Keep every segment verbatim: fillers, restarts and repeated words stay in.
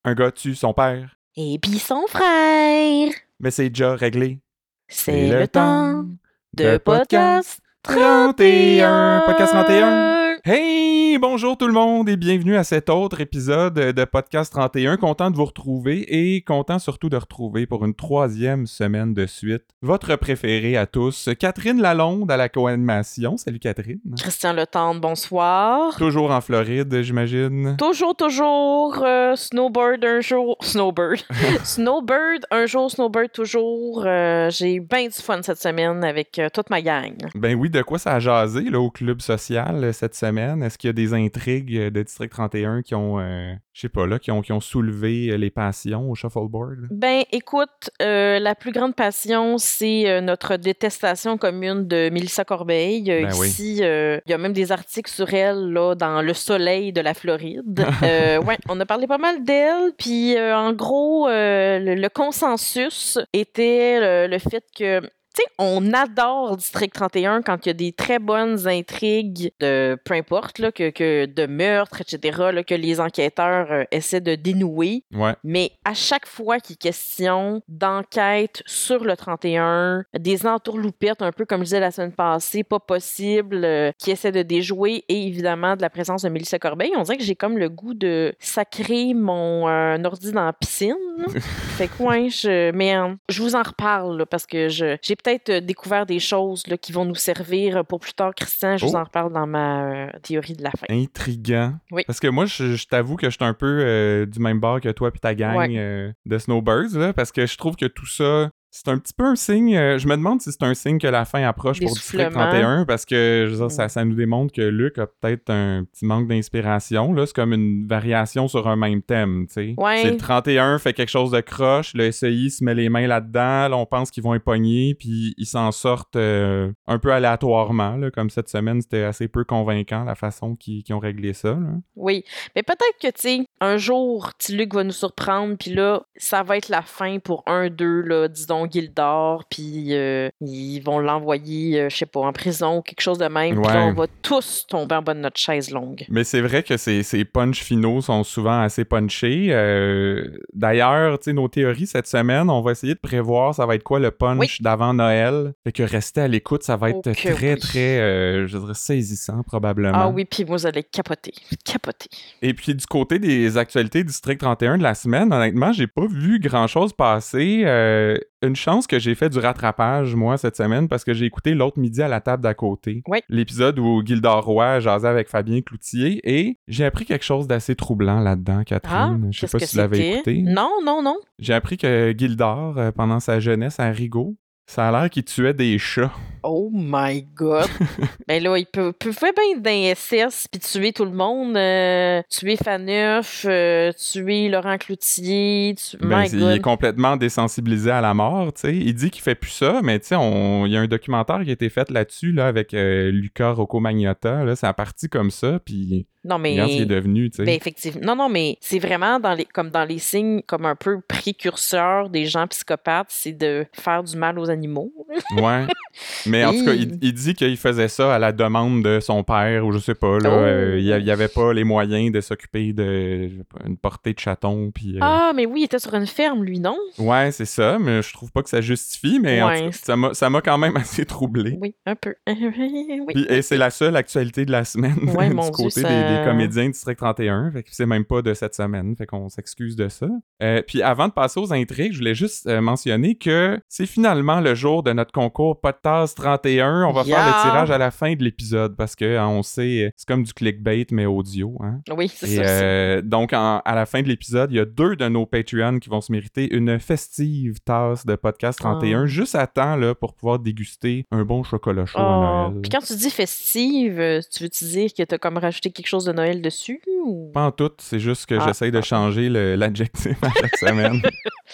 Un gars tue son père. Et puis son frère. Mais c'est déjà réglé. C'est le temps de podcast trente et un. Podcast trente et un. Hey, bonjour tout le monde et bienvenue à cet autre épisode de Podcast trente et un. Content de vous retrouver et content surtout de retrouver pour une troisième semaine de suite votre préféré à tous, Catherine Lalonde à la co-animation. Salut Catherine. Christian Letendre, bonsoir. Toujours en Floride, j'imagine. Toujours, toujours. Euh, snowbird un jour. Snowbird. Snowbird un jour, snowbird toujours. Euh, j'ai bien du fun cette semaine avec euh, toute ma gang. Ben oui, de quoi ça a jasé là, au club social euh, cette semaine? Est-ce qu'il y a des intrigues de District trente et un qui ont, euh, je sais pas là, qui ont, qui ont soulevé les passions au shuffleboard? Ben, écoute, euh, la plus grande passion, c'est euh, notre détestation commune de Mélissa Corbeil. Euh, Ben ici, il euh, y a même des articles sur elle là dans Le Soleil de la Floride. euh, ouais, on a parlé pas mal d'elle. Puis, euh, en gros, euh, le, le consensus était le, le fait que tu sais, on adore District trente et un quand il y a des très bonnes intrigues de peu importe, là, que, que de meurtres, et cetera, là, que les enquêteurs euh, essaient de dénouer. Ouais. Mais à chaque fois qu'il est question d'enquête sur le trente et un, des entourloupettes, un peu comme je disais la semaine passée, pas possible, euh, qui essaient de déjouer, et évidemment de la présence de Mélissa Corbeil, on dirait que j'ai comme le goût de sacrer mon euh, ordi dans la piscine. Fait que ouais, je, mais euh, je vous en reparle là, parce que je, j'ai peut-être découvert des choses là, qui vont nous servir pour plus tard, Christian. Je oh. vous en reparle dans ma euh, théorie de la fin. Intriguant. Oui. Parce que moi, je, je t'avoue que je suis un peu euh, du même bord que toi puis ta gang ouais. euh, de Snowbirds, là, parce que je trouve que tout ça... C'est un petit peu un signe, euh, je me demande si c'est un signe que la fin approche pour District trente et un, parce que je veux dire, ça, ça nous démontre que Luc a peut-être un petit manque d'inspiration. Là, c'est comme une variation sur un même thème, tu sais. Ouais. C'est le trente et un fait quelque chose de croche, le S I I se met les mains là-dedans, là, on pense qu'ils vont épogner, puis ils s'en sortent euh, un peu aléatoirement, là, comme cette semaine, c'était assez peu convaincant la façon qu'ils, qu'ils ont réglé ça. Là. Oui, mais peut-être que, tu sais, un jour, Luc va nous surprendre, puis là, ça va être la fin pour un, deux, là, disons, Gildor, puis euh, ils vont l'envoyer, euh, je sais pas, en prison ou quelque chose de même, puis ouais. là, on va tous tomber en bas de notre chaise longue. Mais c'est vrai que ces, ces punchs finaux sont souvent assez punchés. Euh, d'ailleurs, tu sais, nos théories cette semaine, on va essayer de prévoir ça va être quoi le punch oui. d'avant Noël. Fait que restez à l'écoute, ça va être oh, très, oui. très, euh, je dirais, saisissant probablement. Ah oui, puis vous allez capoter, capoter. Et puis du côté des actualités District trente et un de la semaine, honnêtement, j'ai pas vu grand-chose passer. Euh, Une chance que j'ai fait du rattrapage, moi, cette semaine, parce que j'ai écouté l'autre midi à la table d'à côté. Oui. L'épisode où Gildor Roy jasait avec Fabien Cloutier, et j'ai appris quelque chose d'assez troublant là-dedans, Catherine. Ah, je sais pas si tu l'avais écouté. Non, non, non. J'ai appris que Gildor, euh, pendant sa jeunesse à Rigaud, ça a l'air qu'il tuait des chats. Oh my God! Ben là, il peut, peut faire bien d'un S S puis tuer tout le monde. Euh, tuer Faneuf, euh, tuer Laurent Cloutier. Tu... Ben, my il God. est complètement désensibilisé à la mort, tu sais. Il dit qu'il fait plus ça, mais tu sais, il y a un documentaire qui a été fait là-dessus, là, avec euh, Luca Rocco-Magnotta, là. Ça a parti comme ça, puis... Non, mais... Regarde ce qu'il est devenu, tu sais. Ben, effectivement. Non, non, mais c'est vraiment dans les, comme dans les signes, comme un peu précurseurs des gens psychopathes, c'est de faire du mal aux animaux. Ouais. Mais en tout cas, il, il dit qu'il faisait ça à la demande de son père, ou je sais pas, là. Oh. Euh, il n'y avait pas les moyens de s'occuper de une portée de chatons, puis... Euh... Ah, mais oui, il était sur une ferme, lui, non? Ouais, c'est ça, mais je trouve pas que ça justifie, mais ouais. en tout cas, ça m'a, ça m'a quand même assez troublé. Oui, un peu. oui. Puis, et c'est la seule actualité de la semaine ouais, du mon côté Dieu, ça... des, des comédiens de District trente et un, fait que c'est même pas de cette semaine, fait qu'on s'excuse de ça. Euh, puis avant de passer aux intrigues, je voulais juste euh, mentionner que c'est finalement le jour de notre concours Podcast trente et un. On va yeah. faire le tirage à la fin de l'épisode parce que hein, on sait, c'est comme du clickbait mais audio. Hein? Oui, c'est et, ça. Euh, donc en, à la fin de l'épisode, il y a deux de nos Patreons qui vont se mériter une festive tasse de Podcast trente et un, oh. juste à temps là, pour pouvoir déguster un bon chocolat chaud oh. à Noël. Puis quand tu dis festive, tu veux-tu dire que t'as comme rajouté quelque chose de Noël dessus? Ou... Pas en tout, c'est juste que ah, j'essaye ah. de changer le, l'adjectif à chaque semaine.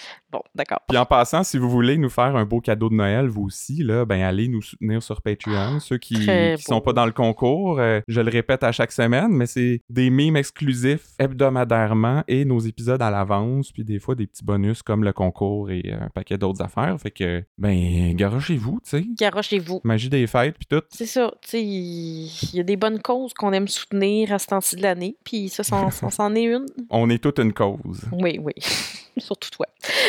Bon, d'accord. Puis en passant, si vous voulez nous faire un beau cadeau de Noël, vous aussi, là, ben allez nous soutenir sur Patreon. Ceux qui, qui sont pas dans le concours, euh, je le répète à chaque semaine, mais c'est des mimes exclusifs hebdomadairement et nos épisodes à l'avance, puis des fois des petits bonus comme le concours et un paquet d'autres affaires. Fait que, ben, garochez-vous, tu sais. Garochez-vous. Magie des fêtes, puis tout. C'est ça, tu sais, il y a des bonnes causes qu'on aime soutenir à ce temps-ci de l'année, puis ça, ça, ça c'en est une. On est toute une cause. Oui, oui. Surtout toi.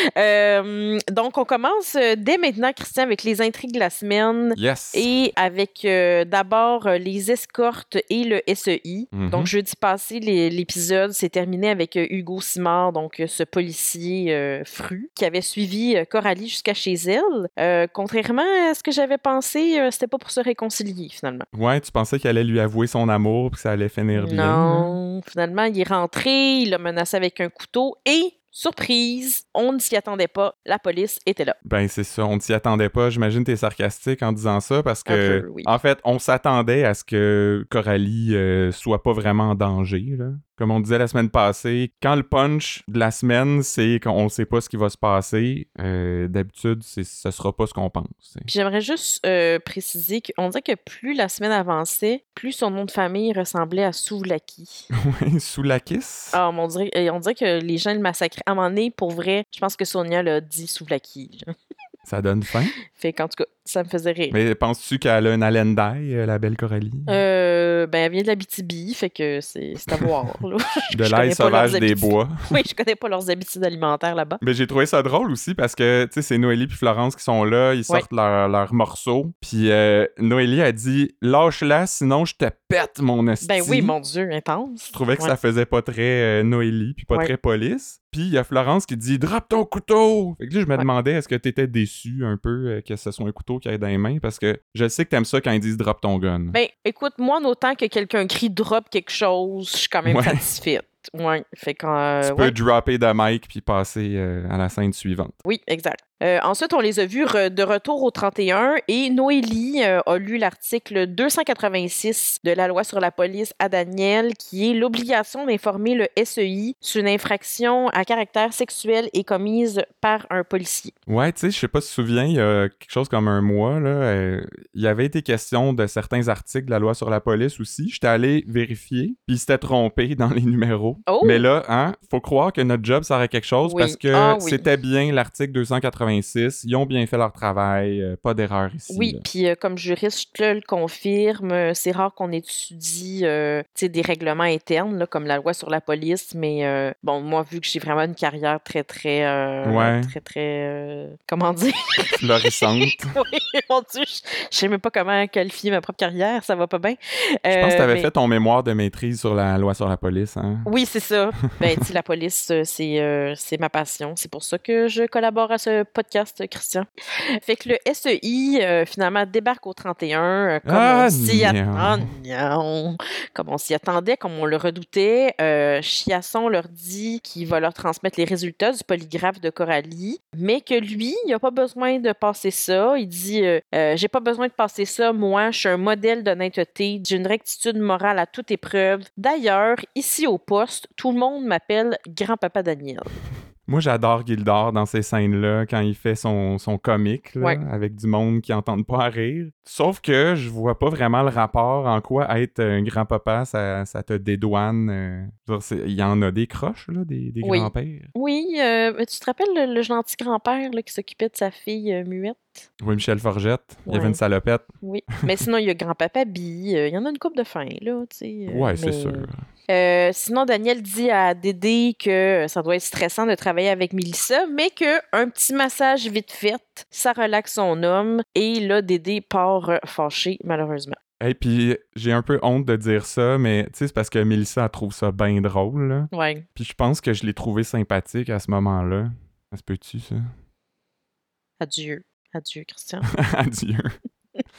Euh, donc, on commence dès maintenant, Christian, avec les intrigues de la semaine. Yes. Et avec euh, d'abord euh, les escortes et le S E I. Mm-hmm. Donc, jeudi passé, les, l'épisode s'est terminé avec euh, Hugo Simard, donc euh, ce policier euh, fru, qui avait suivi euh, Coralie jusqu'à chez elle. Euh, contrairement à ce que j'avais pensé, euh, c'était pas pour se réconcilier, finalement. Ouais, tu pensais qu'il allait lui avouer son amour puis que ça allait finir bien. Non, finalement, il est rentré, il l'a menacé avec un couteau et... surprise, on ne s'y attendait pas, la police était là. Ben c'est ça, on ne s'y attendait pas. J'imagine que t'es sarcastique en disant ça parce que, peu, oui. En fait, on s'attendait à ce que Coralie euh, soit pas vraiment en danger, là. Comme on disait la semaine passée, quand le punch de la semaine, c'est qu'on sait pas ce qui va se passer, euh, d'habitude, c'est, ce sera pas ce qu'on pense. Puis j'aimerais juste euh, préciser qu'on dirait que plus la semaine avançait, plus son nom de famille ressemblait à Souvlaki. Oui, Souvlakis? Ah, on dirait, on dirait que les gens le massacraient. À un moment donné, pour vrai, je pense que Sonia l'a dit Souvlaki. Ça donne faim? Fait qu'en tout cas, ça me faisait rire. Mais penses-tu qu'elle a une haleine d'ail, la belle Coralie? Euh, ben, elle vient de l'Abitibi, fait que c'est, c'est à voir. Là. De l'ail sauvage des bois. Oui, je connais pas leurs habitudes alimentaires là-bas. Mais j'ai trouvé ça drôle aussi parce que, tu sais, c'est Noélie puis Florence qui sont là, ils sortent ouais. leur, leur morceau. Puis euh, Noélie a dit « Lâche-la, sinon je te pète, mon esti. » Ben oui, mon Dieu, intense. Je trouvais que ouais. ça faisait pas très euh, Noélie puis pas ouais. très police. Puis il y a Florence qui dit « Drop ton couteau! » Fait que là, je me ouais. demandais, est-ce que t'étais déçu un peu euh, que ce soit un couteau qui aille dans les mains? Parce que je sais que t'aimes ça quand ils disent « Drop ton gun ». Ben, écoute, moi, en autant que quelqu'un crie « Drop quelque chose », je suis quand même ouais. satisfaite. Ouais, fait quand... Euh, tu peux ouais. dropper de mic puis passer euh, à la scène suivante. Oui, exact. Euh, ensuite, on les a vus re- de retour au trente et un et Noélie euh, a lu l'article deux cent quatre-vingt-six de la loi sur la police à Daniel qui est l'obligation d'informer le S E I sur une infraction à caractère sexuel et commise par un policier. Ouais, tu sais, je sais pas si tu te souviens, il y a quelque chose comme un mois, là, euh, il y avait été question de certains articles de la loi sur la police aussi. J'étais allé vérifier, puis ils s'étaient trompés dans les numéros. Oh! Mais là, hein, faut croire que notre job sert à quelque chose oui. parce que ah, oui. c'était bien l'article deux cent quatre-vingt-six. Ils ont bien fait leur travail, euh, pas d'erreur ici. Oui, puis euh, comme juriste, je te le confirme, euh, c'est rare qu'on étudie euh, des règlements internes, là, comme la loi sur la police, mais euh, bon, moi, vu que j'ai vraiment une carrière très, très, euh, ouais. très, très, euh, comment dire? Florissante. Oui, mon Dieu, je, je sais même pas comment qualifier ma propre carrière, ça va pas bien. Euh, je pense que tu avais mais... fait ton mémoire de maîtrise sur la loi sur la police, hein? Oui, c'est ça. Ben, tu sais, la police, c'est, euh, c'est ma passion. C'est pour ça que je collabore à ce podcast, Christian. Fait que le S E I, euh, finalement, débarque au trente et un, euh, comme, ah, on s'y att... oh, non. comme on s'y attendait, comme on le redoutait. Euh, Chiasson leur dit qu'il va leur transmettre les résultats du polygraphe de Coralie, mais que lui, il n'a pas besoin de passer ça. Il dit euh, euh, « J'ai pas besoin de passer ça, moi, je suis un modèle d'honnêteté, j'ai une rectitude morale à toute épreuve. D'ailleurs, ici au poste, tout le monde m'appelle Grand-Papa Daniel. » Moi, j'adore Gildor dans ces scènes-là, quand il fait son, son comique, là, ouais. avec du monde qui n'entendent pas à rire. Sauf que je vois pas vraiment le rapport en quoi être un grand-papa, ça, ça te dédouane. Euh, genre, il y en a des croches, là, des, des oui. grands-pères. Oui, euh, tu te rappelles le, le gentil grand-père là, qui s'occupait de sa fille euh, muette? Oui, Michel Forgette. Il ouais. y avait une salopette. Oui, mais sinon, il y a grand-papa Bi. Il euh, y en a une couple de fins, là, tu sais. Euh, ouais, mais... c'est sûr. Euh, sinon, Daniel dit à Dédé que ça doit être stressant de travailler avec Mélissa, mais qu'un petit massage vite fait, ça relaxe son homme. Et là, Dédé part fâché, malheureusement. Et hey, puis j'ai un peu honte de dire ça, mais tu sais, c'est parce que Mélissa, elle trouve ça bien drôle, là. Ouais. Puis je pense que je l'ai trouvé sympathique à ce moment-là. Ça se peut-tu, ça? Adieu. Adieu, Christian. Adieu.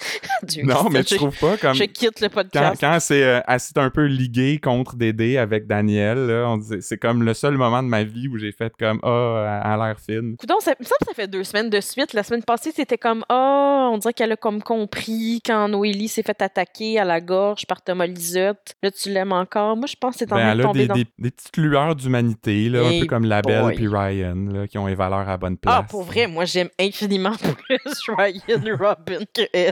Dieu. Non, mais je, tu trouves pas comme... Je quitte le podcast. Quand, quand c'est euh, assis un peu ligué contre Dédé avec Daniel, là, on dit, c'est comme le seul moment de ma vie où j'ai fait comme « Ah, oh, elle a l'air fine. » Coudon, ça, ça, ça fait deux semaines de suite. La semaine passée, c'était comme « Ah, oh, on dirait qu'elle a comme compris quand Noélie s'est fait attaquer à la gorge par Thomas Lisotte. Là, tu l'aimes encore. » Moi, je pense que c'est en Ben, train de elle a tomber des, dans... des, des petites lueurs d'humanité, là, Hey un peu comme la Belle boy. puis Ryan, là, qui ont les valeurs à la bonne place. Ah, pour vrai, moi, j'aime infiniment plus Ryan Robin que elle.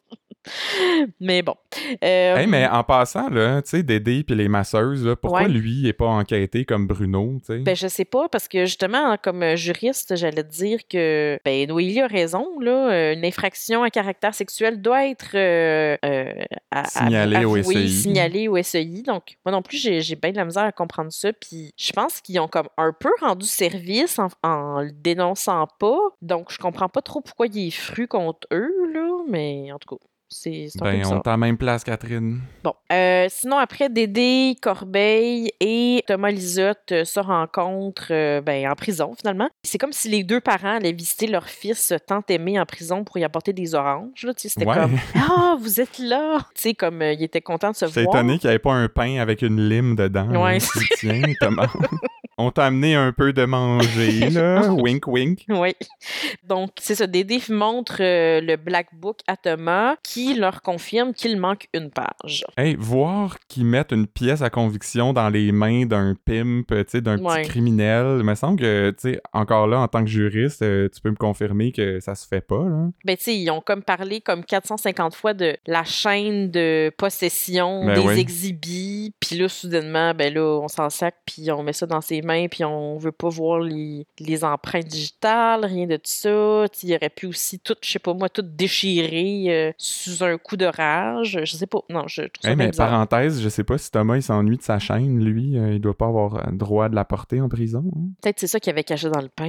Mais bon. Euh... Hey, mais en passant, là, tu sais, Dédé puis les masseuses, là, pourquoi ouais. lui, il est pas enquêté comme Bruno, tu sais? Ben, je sais pas, parce que justement, comme juriste, j'allais te dire que, ben, Noélie a raison, là, une infraction à caractère sexuel doit être euh, euh, à, signalée à, au S E I. Signalée au S E I. Donc, moi non plus, j'ai, j'ai bien de la misère à comprendre ça. Puis, je pense qu'ils ont comme un peu rendu service en, en le dénonçant pas. Donc, je comprends pas trop pourquoi il est fru contre eux, là, mais en tout cas. C'est, c'est un ben, peu on est à la même place, Catherine. Bon. Euh, sinon, après, Dédé, Corbeil et Thomas Lisotte euh, se rencontrent euh, ben, en prison, finalement. C'est comme si les deux parents allaient visiter leur fils tant aimé en prison pour y apporter des oranges. Là. C'était ouais. comme « Ah, vous êtes là! » Tu sais, comme euh, il était content de se J'étais voir. étonné qu'il n'y avait pas un pain avec une lime dedans. Ouais. Là, tiens, Thomas. On t'a amené un peu de manger, là. Wink, wink. Oui. Donc, c'est ça. Dédé montre euh, le Black Book à Thomas qui leur confirme qu'il manque une page. Hey, voir qu'ils mettent une pièce à conviction dans les mains d'un pimp, tu sais, d'un ouais. petit criminel, il me semble que, tu sais, encore là, en tant que juriste, euh, tu peux me confirmer que ça se fait pas, là. Ben, tu sais, ils ont comme parlé comme quatre cent cinquante fois de la chaîne de possession ben des oui. exhibits, puis là, soudainement, ben là, on s'en sac, puis on met ça dans ses mains, puis on veut pas voir les, les empreintes digitales, rien de tout ça. T'sais, il aurait pu aussi tout, je sais pas moi, tout déchirer euh, sous un coup de rage. Je sais pas. Non, je trouve ça hey, bien mais bizarre. parenthèse, je sais pas si Thomas, il s'ennuie de sa chaîne, lui. Euh, il doit pas avoir droit de la porter en prison. Hein? Peut-être c'est ça qu'il avait caché dans le pain.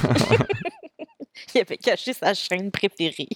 Il avait caché sa chaîne préférée.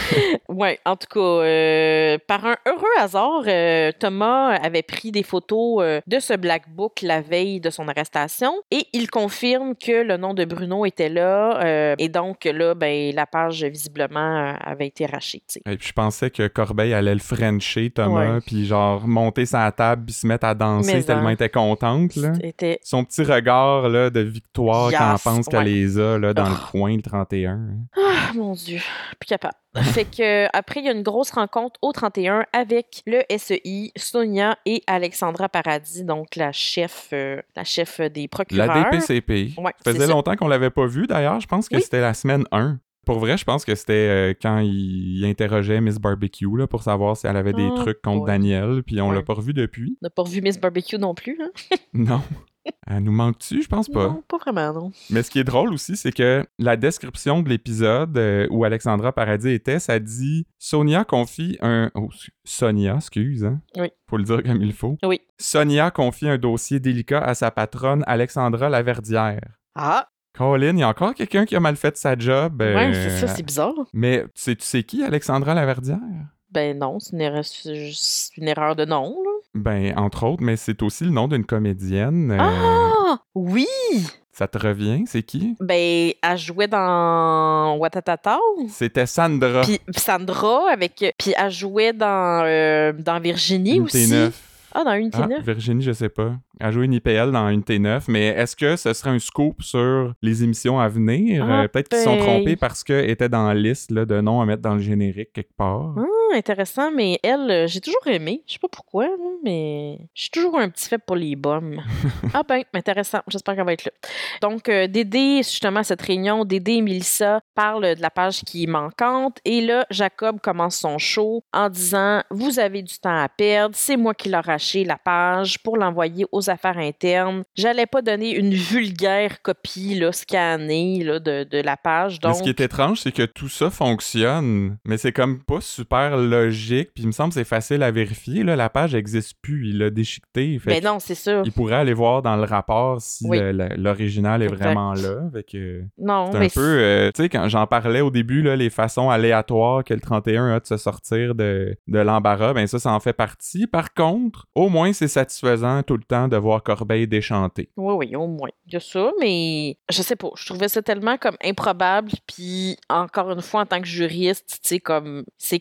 Ouais, en tout cas, euh, par un heureux hasard, euh, Thomas avait pris des photos euh, de ce Black Book la veille de son arrestation et il confirme que le nom de Bruno était là euh, et donc là, ben, la page visiblement avait été rachée. T'sais. Et puis je pensais que Corbeil allait le frencher, Thomas, ouais. puis genre monter sa table puis se mettre à danser Mais tellement il était contente. Là. C'était... Son petit regard là, de victoire yes, quand on pense qu'elle ouais. les a là, dans oh. le coin le trente et un. Ah, mon Dieu, plus capable. Fait que après, il y a une grosse rencontre au trente et un avec le S E I, Sonia et Alexandra Paradis, donc la chef, euh, la chef des procureurs. La D P C P. Ouais, ça faisait longtemps qu'on l'avait pas vue d'ailleurs. Je pense que oui. c'était la semaine un. Pour vrai, je pense que c'était euh, quand il, il interrogeait Miss Barbecue là, pour savoir si elle avait des oh, trucs contre boy. Daniel, puis on ouais. l'a pas revu depuis. On n'a pas revu Miss Barbecue non plus, hein? Non. Elle nous manque-tu? Je pense pas. Non, pas vraiment, non. Mais ce qui est drôle aussi, c'est que la description de l'épisode euh, où Alexandra Paradis était, ça dit « Sonia confie un... » Oh, Sonia, excuse, hein? Oui. Faut le dire comme il faut. Oui. Sonia confie un dossier délicat à sa patronne Alexandra Laverdière. Ah! Colin, il y a encore quelqu'un qui a mal fait sa job. Euh, ouais, c'est ça, c'est bizarre. Mais tu sais, tu sais qui, Alexandra Laverdière? Ben non, c'est une erreur, c'est une erreur de nom, là. Ben, entre autres, mais c'est aussi le nom d'une comédienne. Euh... Ah! Oui! Ça te revient? C'est qui? Ben, elle jouait dans Watatata. C'était Sandra. Puis Sandra, avec... Puis elle jouait dans, euh, dans Virginie Unité aussi. neuf. Ah, dans Unité ah, neuf? Virginie, je sais pas. Elle a joué une I P L dans Unité neuf, mais est-ce que ce serait un scoop sur les émissions à venir? Ah, euh, peut-être ben... qu'ils se sont trompés parce qu'elle était dans la liste là, de noms à mettre dans le générique quelque part. Ah, intéressant, mais elle, euh, j'ai toujours aimé. Je sais pas pourquoi, là, mais j'ai toujours un petit fait pour les bombes. ah ben, intéressant. J'espère qu'elle va être là. Donc, euh, Dédé, justement, à cette réunion, Dédé et Mélissa parlent de la page qui est manquante. Et là, Jacob commence son show en disant « Vous avez du temps à perdre. C'est moi qui l'ai arraché, la page, pour l'envoyer aux affaires internes. J'allais pas donner une vulgaire copie là, scannée là, de, de la page. » Donc... Mais ce qui est étrange, c'est que tout ça fonctionne, mais c'est comme pas super logique, puis il me semble que c'est facile à vérifier. Là, la page n'existe plus, il l'a déchiquetée. Mais non, c'est ça. Il pourrait aller voir dans le rapport si oui. le, le, l'original est exact. Vraiment là. Fait que non, c'est mais un peu... Euh, tu sais, quand j'en parlais au début, là, les façons aléatoires que le trente et un a de se sortir de, de l'embarras, ben ça, ça en fait partie. Par contre, au moins, c'est satisfaisant tout le temps de voir Corbeil déchanter. Oui, oui, au moins. Il y a ça, mais je sais pas. Je trouvais ça tellement comme improbable, puis encore une fois, en tant que juriste, tu sais, comme c'est clairement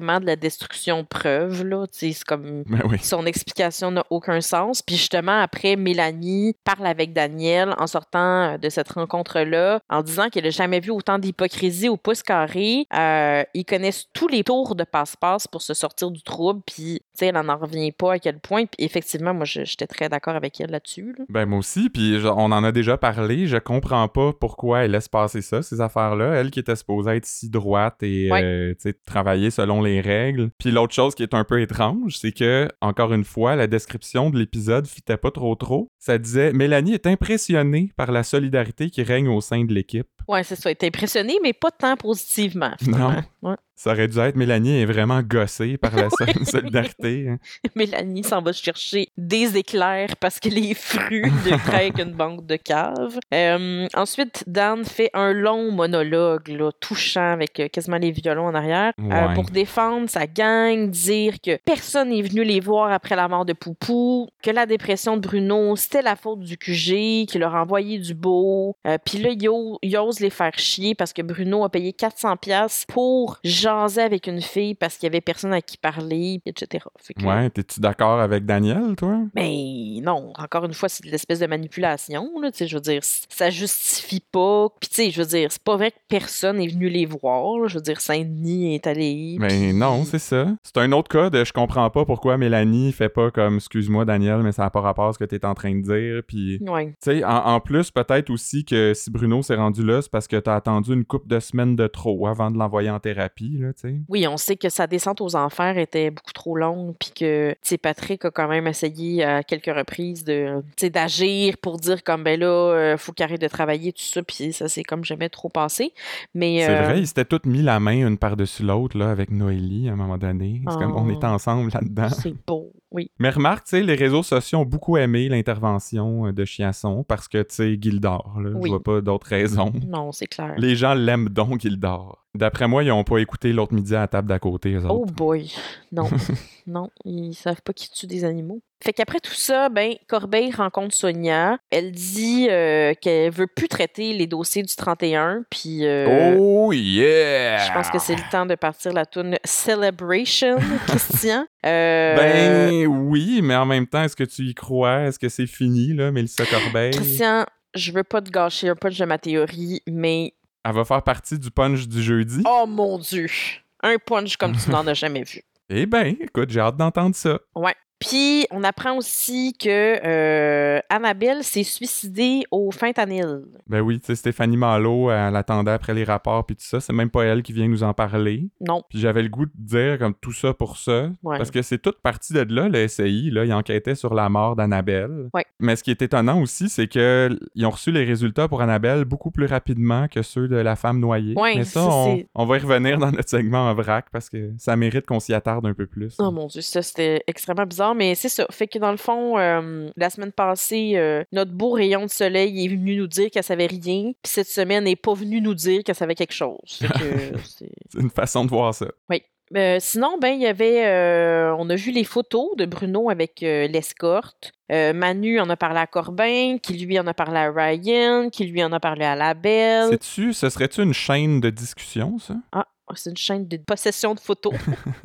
clairement de la destruction de preuves, là. Tu sais, c'est comme... Ben oui. Son explication n'a aucun sens. Puis justement, après, Mélanie parle avec Daniel en sortant de cette rencontre-là, en disant qu'elle n'a jamais vu autant d'hypocrisie au pouce carré. Euh, ils connaissent tous les tours de passe-passe pour se sortir du trouble, puis, tu sais, elle n'en revient pas à quel point. Puis effectivement, moi, je, j'étais très d'accord avec elle là-dessus. Là. Ben moi aussi, puis je- on en a déjà parlé, je comprends pas pourquoi elle laisse passer ça, ces affaires-là. Elle qui était supposée être si droite et Ouais. euh, tu sais, travailler selon les règles. Puis l'autre chose qui est un peu étrange, c'est que, encore une fois, la description de l'épisode fitait pas trop trop. Ça disait « Mélanie est impressionnée par la solidarité qui règne au sein de l'équipe ». Ouais, c'est ça. Elle est impressionnée, mais pas tant positivement, finalement. Non. Ouais. Ça aurait dû être Mélanie est vraiment gossée par la Oui. solidarité. Hein. Mélanie s'en va chercher des éclairs parce qu'elle est frue de près avec une banque de cave. Euh, ensuite, Dan fait un long monologue là, touchant avec euh, quasiment les violons en arrière Ouais. euh, pour défendre sa gang, dire que personne n'est venu les voir après la mort de Poupou, que la dépression de Bruno, c'était la faute du Q G, qu'il leur a envoyé du beau. Euh, Puis là, il ose, il ose les faire chier parce que Bruno a payé quatre cents dollars pour jaser avec une fille parce qu'il y avait personne à qui parler, et cetera. Fait que, Ouais, t'es-tu d'accord avec Daniel, toi? mais non, encore une fois, c'est de l'espèce de manipulation, là, tu sais, je veux dire, ça justifie pas, puis tu sais, je veux dire, c'est pas vrai que personne est venu les voir, là. Je veux dire, Saint-Denis est allé... Ben pis... non, c'est ça. C'est un autre cas de je comprends pas pourquoi Mélanie fait pas comme « Excuse-moi, Daniel, mais ça n'a pas rapport à ce que t'es en train de dire. » Puis, Ouais. tu sais, en, en plus, peut-être aussi que si Bruno s'est rendu là, c'est parce que t'as attendu une couple de semaines de trop avant de l'envoyer en thérapie, là, tu sais. Oui, on sait que sa descente aux enfers était beaucoup trop longue, puis que, tu sais, Patrick a quand même essayé à quelques reprises de, tu sais, d'agir pour dire comme, ben là, euh, faut qu'il arrête de travailler, tout ça, puis ça s'est comme jamais trop passé. Mais, C'est euh, vrai, ils s'étaient tous mis la main une par-dessus l'autre, là, avec Noélie, à un moment donné. C'est Oh. comme, on était ensemble là-dedans. c'est beau, oui. Mais remarque, tu sais, les réseaux sociaux ont beaucoup aimé l'intervention de Chiasson parce que, tu sais, Gildor, là, Oui. je vois pas d'autres raisons. Non, c'est clair. Les gens l'aiment donc, Gildor. D'après moi, ils ont pas écouté l'autre midi à la table d'à côté, eux Oh autres. boy, non, non, ils savent pas qui tue des animaux. Fait qu'après tout ça, ben, Corbeil rencontre Sonia. Elle dit euh, qu'elle veut plus traiter les dossiers du trente et un, puis... Euh, oh yeah! je pense que c'est le temps de partir la toune Celebration, Christian. Euh, Ben oui, mais en même temps, est-ce que tu y crois? Est-ce que c'est fini, là, Mélissa Corbeil? Christian, je veux pas te gâcher un punch de ma théorie, mais... Elle va faire partie du punch du jeudi? Oh mon Dieu! Un punch comme tu n'en as jamais vu. Eh ben, écoute, j'ai hâte d'entendre ça. Ouais. Puis, on apprend aussi que euh, Annabelle s'est suicidée au fentanyl. Ben oui, tu sais, Stéphanie Malo, elle attendait après les rapports puis tout ça. C'est même pas elle qui vient nous en parler. Non. Puis j'avais le goût de dire comme tout ça pour ça. Ouais. Parce que c'est toute partie de là, le S I. Là, ils enquêtaient sur la mort d'Annabelle. Ouais. Mais ce qui est étonnant aussi, c'est qu'ils ont reçu les résultats pour Annabelle beaucoup plus rapidement que ceux de la femme noyée. Ouais, Mais ça, ça, on, c'est- on va y revenir dans notre segment en vrac parce que ça mérite qu'on s'y attarde un peu plus. Oh mon Dieu, ça c'était extrêmement bizarre, mais c'est ça. Fait que dans le fond, euh, la semaine passée, euh, notre beau rayon de soleil est venu nous dire qu'elle savait rien, puis cette semaine, elle n'est pas venue nous dire qu'elle savait quelque chose. Fait que c'est... C'est une façon de voir ça. Oui. Euh, sinon, ben, il y avait... euh, on a vu les photos de Bruno avec euh, l'escorte. Euh, Manu en a parlé à Corbin, qui lui en a parlé à Ryan, qui lui en a parlé à la Belle. Sais-tu, ce serait-tu une chaîne de discussion, ça? Ah, c'est une chaîne de possession de photos.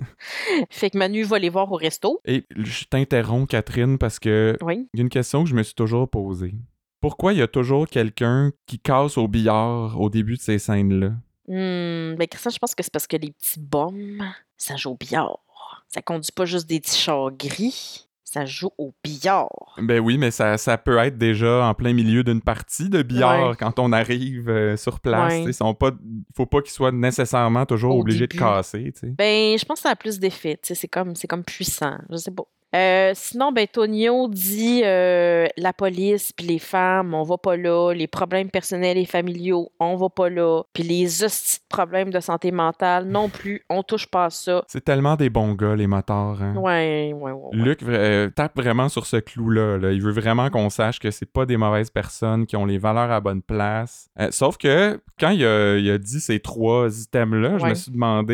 Fait que Manu va les voir au resto. Et je t'interromps, Catherine, parce que Oui. il y a une question que je me suis toujours posée. Pourquoi il y a toujours quelqu'un qui casse au billard au début de ces scènes-là? Hmm, ben Christian, je pense que c'est parce que les petits bums, ça joue au billard. Ça conduit pas juste des petits chars gris, ça joue au billard. Ben oui, mais ça, ça peut être déjà en plein milieu d'une partie de billard Ouais. quand on arrive euh, sur place. Ouais. Ils sont pas, faut pas qu'ils soient nécessairement toujours Au obligés début. de casser. T'sais. Ben, je pense que ça a plus d'effet, tu sais, c'est comme, c'est comme puissant, je sais pas. Euh, sinon, ben, Tonio dit euh, la police puis les femmes, on va pas là. Les problèmes personnels et familiaux, on va pas là. Puis les hosties de problèmes de santé mentale, non plus, on touche pas à ça. C'est tellement des bons gars, les motards. Hein? Ouais, ouais, ouais. ouais. Luc euh, tape vraiment sur ce clou-là. Là. Il veut vraiment qu'on sache que c'est pas des mauvaises personnes qui ont les valeurs à bonne place. Euh, sauf que quand il a, il a dit ces trois items-là, je Ouais. me suis demandé, tu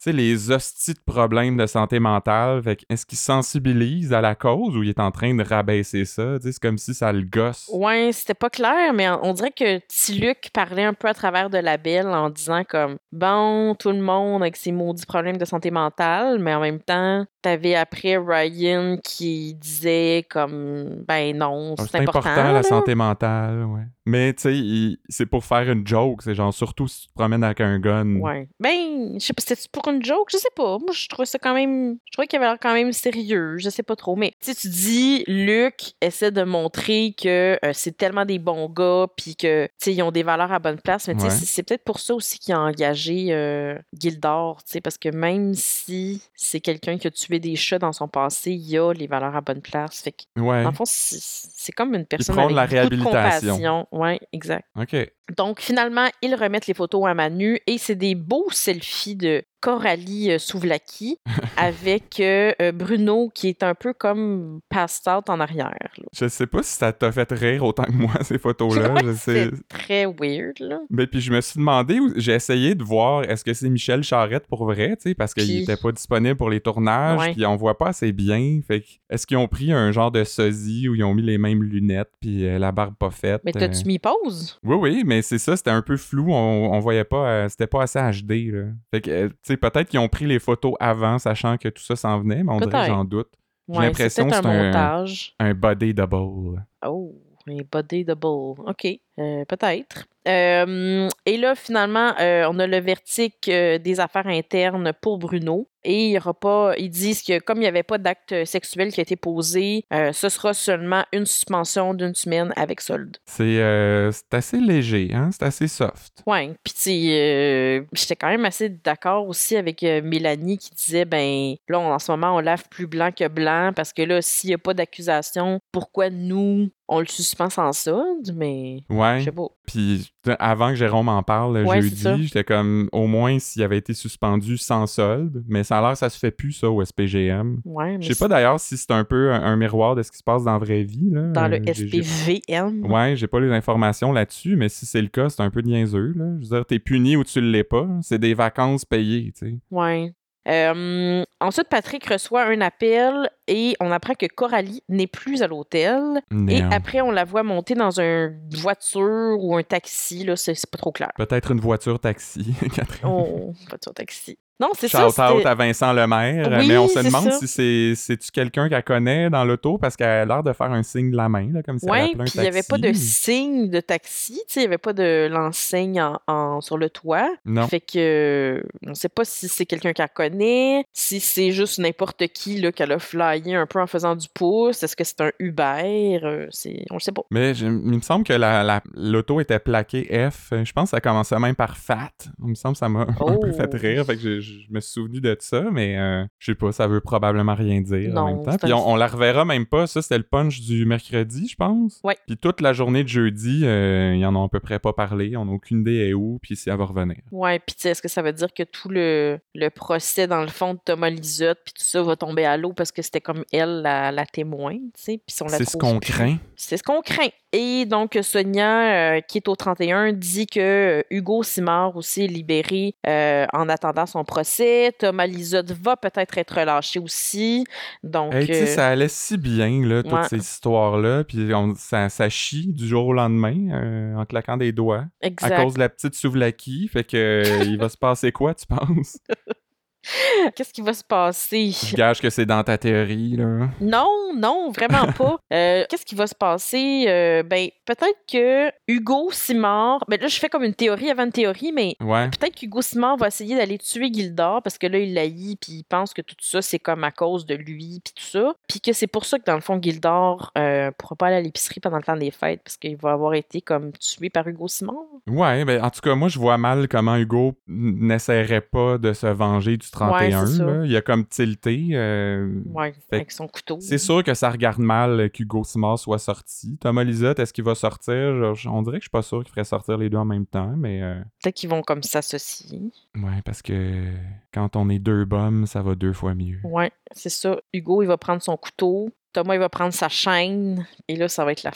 tu sais, les hosties de problèmes de santé mentale. Fait que, est-ce qu'il sensibilise à la cause ou il est en train de rabaisser ça? Tu sais, c'est comme si ça le gosse. Ouais, c'était pas clair, mais on dirait que petit Luc parlait un peu à travers de la belle en disant comme, bon, tout le monde avec ses maudits problèmes de santé mentale, mais en même temps, t'avais après Ryan qui disait comme, ben non, c'est, c'est important, important la là. santé mentale, ouais. Mais tu sais, il... c'est pour faire une joke, c'est genre surtout si tu te promènes avec un gun. Ouais. Ben, je sais pas, c'était pour une joke, je sais pas. Moi, je trouvais ça quand même, je trouvais qu'il avait l'air quand même sérieux, je sais pas trop. Mais tu sais, tu dis, Luc essaie de montrer que euh, c'est tellement des bons gars, puis que tu sais, ils ont des valeurs à bonne place. Mais tu sais, Ouais. c'est, c'est peut-être pour ça aussi qu'il a engagé euh, Gildor, tu sais, parce que même si c'est quelqu'un qui a tué des chats dans son passé, il a les valeurs à bonne place. Fait que, Ouais. dans le fond, c'est, c'est comme une personne Ils prônent avec la beaucoup réhabilitation. de compassion. Ouais, exact. OK. Donc, finalement, ils remettent les photos à Manu et c'est des beaux selfies de Coralie euh, Souvlaki avec euh, euh, Bruno qui est un peu comme passed out en arrière. Là. Je sais pas si ça t'a fait rire autant que moi, ces photos-là. Ouais, je sais... c'est très weird, là. Mais puis je me suis demandé, j'ai essayé de voir est-ce que c'est Michel Charette pour vrai, tu sais, parce qu'il Puis... était pas disponible pour les tournages, Ouais. puis on voit pas assez bien. Fait que, est-ce qu'ils ont pris un genre de sosie où ils ont mis les mêmes lunettes, puis euh, la barbe pas faite? Mais t'as-tu euh... mis pause? Oui, oui, mais c'est ça, c'était un peu flou, on, on voyait pas, euh, c'était pas assez H D, là. Fait que, euh, tu sais, peut-être qu'ils ont pris les photos avant, sachant que tout ça s'en venait, mais on Peut-être. dirait que j'en doute. J'ai Ouais, l'impression c'est que c'est un un, montage. un body double. Oh, un body double. OK, euh, peut-être. Euh, et là, finalement, euh, on a le verdict euh, des affaires internes pour Bruno. Et il y aura pas. Ils disent que comme il n'y avait pas d'acte sexuel qui a été posé, euh, ce sera seulement une suspension d'une semaine avec solde. C'est, euh, c'est assez léger, hein? C'est assez soft. Ouais. Puis, tu sais, euh, j'étais quand même assez d'accord aussi avec euh, Mélanie qui disait, ben, là, on, en ce moment, on lave plus blanc que blanc parce que là, s'il n'y a pas d'accusation, pourquoi nous, on le suspend sans solde? Mais, ouais. je sais pas. Puis avant que Jérôme en parle le ouais, jeudi, j'étais comme au moins s'il avait été suspendu sans solde, mais ça a l'air que ça se fait plus ça au S P G M. Ouais, je sais pas d'ailleurs si c'est un peu un, un miroir de ce qui se passe dans la vraie vie. Là. Dans le euh, S P V M. Ouais, j'ai pas les informations là-dessus, mais si c'est le cas, c'est un peu niaiseux. Là. Je veux dire, t'es puni ou tu l'es pas. C'est des vacances payées, tu sais. Ouais. Euh, ensuite, Patrick reçoit un appel et on apprend que Coralie n'est plus à l'hôtel. Non. Et après, on la voit monter dans une voiture ou un taxi. Là, c'est, c'est pas trop clair. Peut-être une voiture taxi, Catherine. Oh, voiture taxi. Non, c'est Shout ça. out à Vincent Lemaire. Oui, mais on se c'est demande ça. si c'est c'est-tu quelqu'un qu'elle connaît dans l'auto parce qu'elle a l'air de faire un signe de la main, là, comme si ouais, elle appelait un taxi. Puis il n'y avait pas de signe de taxi. Il n'y avait pas de l'enseigne en, en, sur le toit. Non. Fait que euh, on ne sait pas si c'est quelqu'un qu'elle connaît, si c'est juste n'importe qui là, qu'elle a flyé un peu en faisant du pouce. Est-ce que c'est un Uber? Euh, c'est... On le sait pas. Mais je, il me semble que la, la, l'auto était plaquée F. Je pense que ça commençait même par Fat. Il me semble que ça m'a oh. un peu fait rire. Fait que je, je me suis souvenu de ça, mais euh, je sais pas, ça veut probablement rien dire non, en même temps. Puis on, on la reverra même pas. Ça, c'était le punch du mercredi, je pense. Ouais. Puis toute la journée de jeudi, euh, ils en ont à peu près pas parlé. On n'a aucune idée est où, puis si elle va revenir. Ouais, puis est-ce que ça veut dire que tout le, le procès, dans le fond, de Thomas Lisotte, puis tout ça va tomber à l'eau parce que c'était comme elle, la, la témoin, tu sais, puis si on la C'est ce qu'on plus. craint. C'est ce qu'on craint. Et donc, Sonia, euh, qui est au trente et un, dit que euh, Hugo Simard aussi est libéré euh, en attendant son procès. Thomas Lisotte va peut-être être relâché aussi. Donc, hey, tu sais, euh... ça allait si bien, là, toutes ouais. ces histoires-là, puis on, ça, ça chie du jour au lendemain euh, en claquant des doigts. Exact. À cause de la petite Souvlaki, fait que euh, il va se passer quoi, tu penses? Qu'est-ce qui va se passer? Je gage que c'est dans ta théorie, là. Non, non, vraiment pas. Euh, qu'est-ce qui va se passer? Euh, ben, peut-être que Hugo Simard... Ben là, je fais comme une théorie avant une théorie, mais ouais. peut-être qu'Hugo Simard va essayer d'aller tuer Gildor parce que là, il l'haït, puis il pense que tout ça, c'est comme à cause de lui, puis tout ça. Puis que c'est pour ça que, dans le fond, Gildor euh, pourra pas aller à l'épicerie pendant le temps des fêtes parce qu'il va avoir été comme tué par Hugo Simard. Ouais, ben en tout cas, moi, je vois mal comment Hugo n'essaierait pas de se venger du trente et un. Ouais, là. Il a comme tilté. Euh, ouais, avec son couteau. C'est sûr que ça regarde mal qu'Hugo Simard soit sorti. Thomas Lisotte, est-ce qu'il va sortir? Je, on dirait que je suis pas sûr qu'il ferait sortir les deux en même temps, mais... Euh... Peut-être qu'ils vont comme s'associer. Ouais, parce que quand on est deux bums, ça va deux fois mieux. Ouais, c'est ça. Hugo, il va prendre son couteau. Thomas, il va prendre sa chaîne. Et là, ça va être la fin.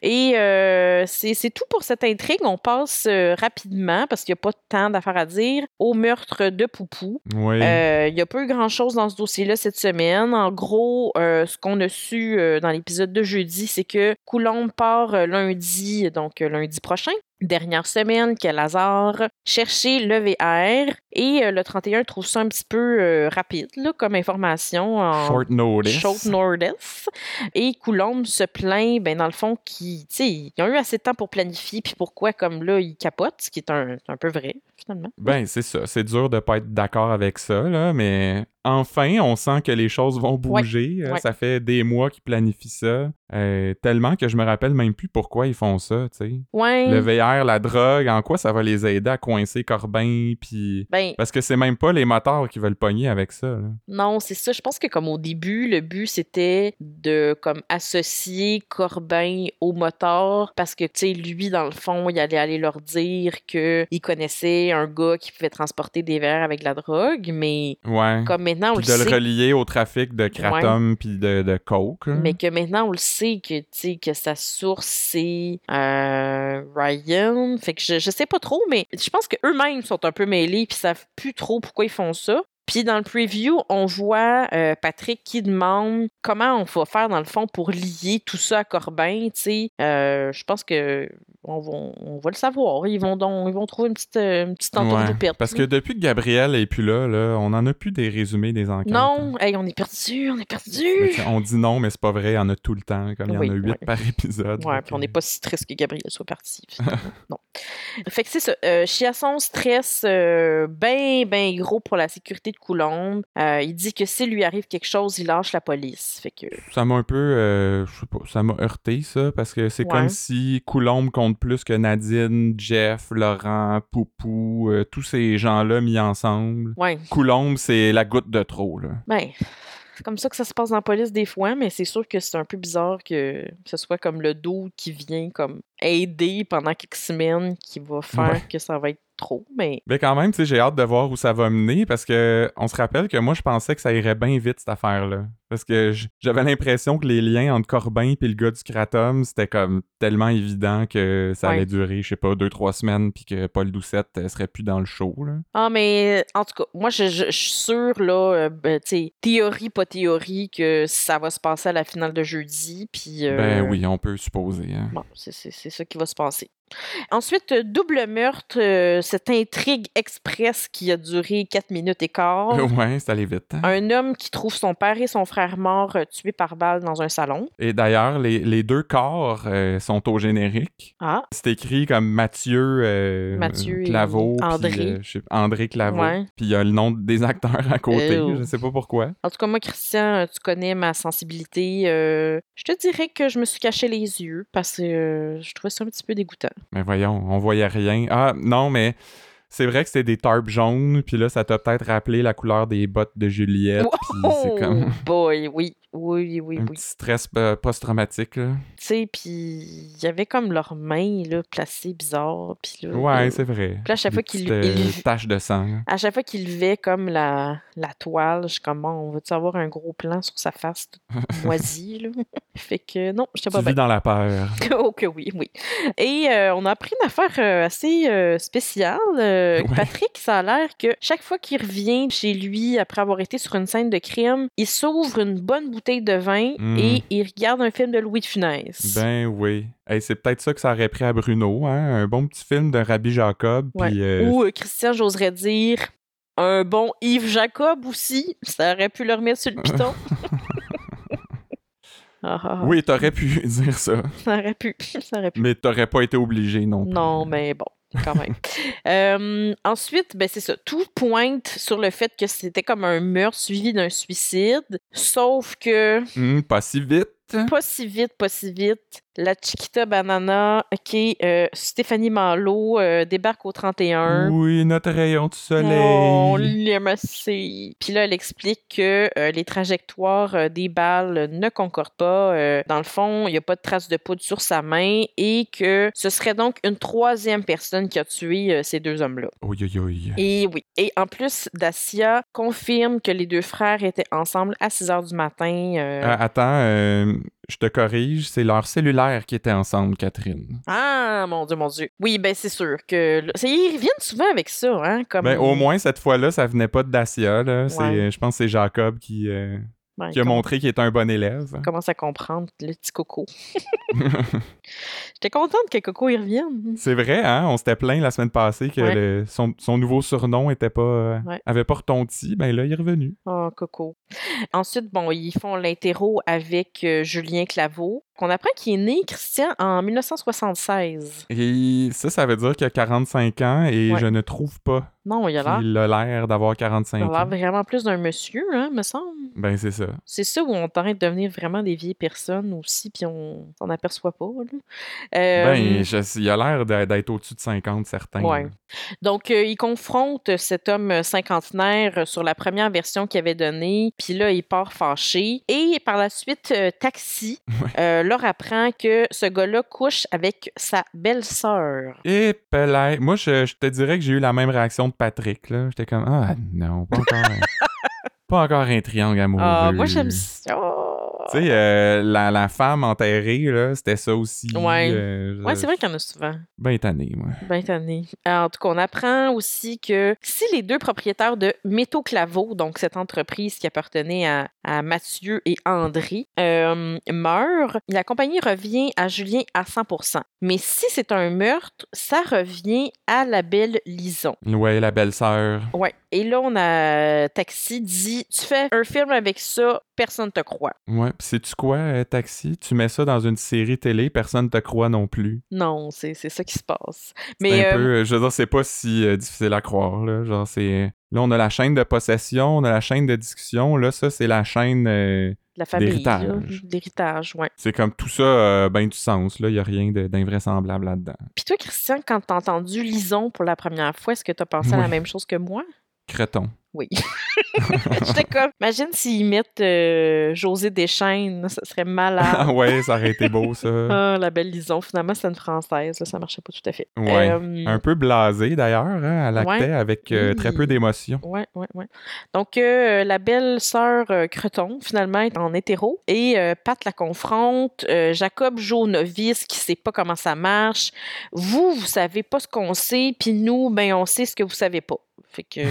Et euh, c'est, c'est tout pour cette intrigue. On passe euh, rapidement, parce qu'il n'y a pas tant d'affaires à dire, au meurtre de Poupou. Oui. Euh, il n'y a pas eu grand-chose dans ce dossier-là cette semaine. En gros, euh, ce qu'on a su euh, dans l'épisode de jeudi, c'est que Coulombe part euh, lundi, donc euh, lundi prochain. Dernière semaine, quel hasard, chercher le V R et euh, le trente et un trouve ça un petit peu euh, rapide là, comme information. En short notice. Short notice. Et Coulombe se plaint, ben dans le fond, qu'ils ils ont eu assez de temps pour planifier, puis pourquoi, comme là, ils capotent, ce qui est un, un peu vrai, finalement. Ben, c'est ça. C'est dur de pas être d'accord avec ça, là, mais enfin, on sent que les choses vont bouger. Ouais, euh, ouais. Ça fait des mois qu'ils planifient ça. Euh, tellement que je me rappelle même plus pourquoi ils font ça, tu sais. Ouais. Le V R, la drogue, en quoi ça va les aider à coincer Corbin, puis... Ben, Parce que c'est même pas les motards qui veulent pogner avec ça, là. non, c'est ça. Je pense que comme au début, le but, c'était de comme associer Corbin au motards parce que, tu sais, lui, dans le fond, il allait aller leur dire qu'il connaissait un gars qui pouvait transporter des verres avec de la drogue, mais Ouais. comme maintenant, on Puis le de sait... le relier au trafic de kratom puis de, de coke, là. Mais que maintenant, on le sait que, tu sais, que sa source, c'est euh, Ryan. Fait que je, je sais pas trop, mais je pense qu'eux-mêmes sont un peu mêlés puis savent plus trop pourquoi ils font ça. Puis dans le preview, on voit euh, Patrick qui demande comment on va faire dans le fond pour lier tout ça à Corbin, tu sais. Euh, je pense que on va, on va le savoir. Ils vont donc, ils vont trouver une petite, une petite entourloupe Ouais, perte. parce que depuis que Gabriel est plus là, là, on en a plus des résumés des enquêtes. Non, hey, on est perdu, on est perdu. On dit non, mais c'est pas vrai, il y en a tout le temps, comme il y Oui, en a huit ouais. par épisode. Ouais, puis on n'est pas si triste que Gabriel soit parti. Non. Fait que c'est ça. Euh, Chiasson stresse euh, ben, ben gros pour la sécurité de Coulombe. Euh, il dit que s'il lui arrive quelque chose, il lâche la police. Fait que... Ça m'a un peu, euh, je sais pas, ça m'a heurté, ça, parce que c'est Ouais. comme si Coulombe compte plus que Nadine, Jeff, Laurent, Poupou, euh, tous ces gens-là mis ensemble. Ouais. Coulombe, c'est la goutte de trop, là. Ben... C'est comme ça que ça se passe dans la police des fois, mais c'est sûr que c'est un peu bizarre que ce soit comme le dos qui vient comme aider pendant quelques semaines qui va faire Ouais. que ça va être trop, mais... Mais quand même, tu sais, j'ai hâte de voir où ça va mener parce que on se rappelle que moi, je pensais que ça irait bien vite, cette affaire-là. Parce que j- j'avais l'impression que les liens entre Corbin et le gars du Kratom, c'était comme tellement évident que ça Ouais. allait durer, je sais pas, deux, trois semaines puis que Paul Doucette euh, serait plus dans le show, là. Ah, mais en tout cas, moi, je, je, je suis sûre, là, euh, ben, tu sais, théorie, pas théorie, que ça va se passer à la finale de jeudi, puis... euh, Ben oui, on peut supposer, hein. Bon, c'est, c'est, c'est ça qui va se passer. Ensuite, euh, double meurtre, euh, cette intrigue express qui a duré quatre minutes et quart. Ouais, c'est allé vite, hein. Un homme qui trouve son père et son frère morts euh, tués par balle dans un salon. Et d'ailleurs, les, les deux corps euh, sont au générique. Ah, C'est écrit comme Mathieu, euh, Mathieu et Claveau, puis, André. euh, je sais- André Claveau. Ouais. Puis il y a le nom des acteurs à côté, Euh. je sais pas pourquoi. En tout cas, moi, Christian, tu connais ma sensibilité. euh, je te dirais que je me suis caché les yeux parce que euh, je trouvais ça un petit peu dégoûtant. Mais voyons, on voyait rien. Ah, non, mais c'est vrai que c'était des tarpes jaunes, puis là, ça t'a peut-être rappelé la couleur des bottes de Juliette, puis c'est comme Oh boy, oui, oui, oui, un oui. petit stress euh, post-traumatique, là. Tu sais, puis il y avait comme leurs mains là, placées bizarres. Puis là, Ouais, euh, c'est vrai. Puis là, à chaque Des fois qu'il petites, euh, il- taches de sang, là. à chaque fois qu'il levait comme la, la toile, je suis comme, bon, on va-tu avoir un gros plan sur sa face toute moisie, là? Fait que non, j'étais Tu pas vis bien. dans la peur. Oh que oui, oui. Et euh, on a appris une affaire euh, assez euh, spéciale. Euh, Ouais. Patrick, ça a l'air que chaque fois qu'il revient chez lui après avoir été sur une scène de crime, il s'ouvre une bonne bouteille de vin Mm. et il regarde un film de Louis de Funès. Ben oui. Hey, c'est peut-être ça que ça aurait pris à Bruno, hein? Un bon petit film de Rabbi Jacob, Ouais. puis... euh, Ou euh, Christian, j'oserais dire un bon Yves Jacob aussi. Ça aurait pu le remettre sur le piton. Ah, ah, ah. Oui, t'aurais pu dire ça. Ça aurait pu. Ça aurait pu. Mais t'aurais pas été obligé non plus. Non, mais bon, quand même. Euh, ensuite, ben c'est ça. Tout pointe sur le fait que c'était comme un meurtre suivi d'un suicide. Sauf que, Hum, pas si vite. pas si vite, pas si vite, la Chiquita Banana, qui est euh, Stéphanie Malo, euh, débarque au trente et un. Oui, notre rayon de soleil. Oh, on l'aime assez. Puis là, elle explique que euh, les trajectoires euh, des balles ne concordent pas. Euh, dans le fond, il n'y a pas de trace de poudre sur sa main et que ce serait donc une troisième personne qui a tué euh, ces deux hommes-là. Oui, oui, oui. Et oui. Et en plus, Dacia confirme que les deux frères étaient ensemble à six heures du matin. euh, Ah, attends, euh, je te corrige, c'est leur cellulaire qui était ensemble, Catherine. Ah, mon Dieu, mon Dieu. Oui, ben c'est sûr que... Ça, ils reviennent souvent avec ça, hein? Comme... Ben, au moins, cette fois-là, ça venait pas de Dacia, là. C'est, Ouais. je pense que c'est Jacob qui... Euh... Ouais, qui a comment... montré qu'il était un bon élève. Commence à comprendre le petit Coco. J'étais contente que Coco y revienne. C'est vrai, hein? On s'était plaint la semaine passée que ouais. le, son, son nouveau surnom était pas, euh, ouais. avait pas retonti. Ben là, il est revenu. Oh, Coco. Ensuite, bon, ils font l'interro avec euh, Julien Claveau, qu'on apprend qu'il est né, Christian, en dix-neuf cent soixante-seize. Et ça, ça veut dire qu'il a quarante-cinq ans et ouais. je ne trouve pas non, il a l'air... qu'il a l'air d'avoir quarante-cinq ans. Il a l'air vraiment plus d'un monsieur, hein, me semble. Ben, c'est ça. C'est ça où on tente de devenir vraiment des vieilles personnes aussi, puis on s'en aperçoit pas, là. Euh... Ben, je, il a l'air d'être au-dessus de cinquante, certains. Ouais. Donc, euh, il confronte cet homme cinquantenaire sur la première version qu'il avait donnée, puis là, il part fâché. Et par la suite, euh, Taxi ouais. euh, leur apprend que ce gars-là couche avec sa belle-sœur. Et pelay. Moi, je, je te dirais que j'ai eu la même réaction de Patrick, là. J'étais comme, ah non, pas encore... Pas encore un triangle amoureux. Ah, moi, j'aime ça. Tu sais, euh, la, la femme enterrée, là, c'était ça aussi. Ouais, euh, ouais c'est vrai qu'il y en a souvent. Ben tanné, moi. Ben tanné. En tout cas, on apprend aussi que si les deux propriétaires de Métaux Claveau, donc cette entreprise qui appartenait à, à Mathieu et André, euh, meurent, la compagnie revient à Julien à cent pour cent. Mais si c'est un meurtre, ça revient à la belle Lison. Ouais, la belle-sœur. Ouais. Et là, on a Taxi dit, tu fais un film avec ça, personne te croit. Ouais, pis sais-tu quoi, euh, Taxi? Tu mets ça dans une série télé, personne te croit non plus. Non, c'est, c'est ça qui se passe. C'est Mais, un euh... peu, je veux dire, c'est pas si euh, difficile à croire, là. Genre, c'est... Là, on a la chaîne de possession, on a la chaîne de discussion. Là, ça, c'est la chaîne euh, la famille, d'héritage. Là, d'héritage, ouais. C'est comme tout ça, euh, ben du sens, là. Il y a rien de, d'invraisemblable là-dedans. Puis toi, Christian, quand t'as entendu Lison pour la première fois, est-ce que t'as pensé oui. à la même chose que moi? Creton. Oui. J'étais comme, imagine s'ils mettent euh, José Deschaines, ça serait malade. Ah ouais, ça aurait été beau, ça. Ah, la belle Lison. Finalement, c'était une Française, là, ça marchait pas tout à fait. Ouais. Euh... Un peu blasée, d'ailleurs, hein, elle actait ouais. avec euh, oui. très peu d'émotion. Ouais, ouais, ouais. Donc, euh, la belle sœur euh, Creton, finalement, est en hétéro, et euh, Pat la confronte. Euh, Jacob joue au novice qui sait pas comment ça marche. Vous, vous savez pas ce qu'on sait, puis nous, ben, on sait ce que vous savez pas. Fait que...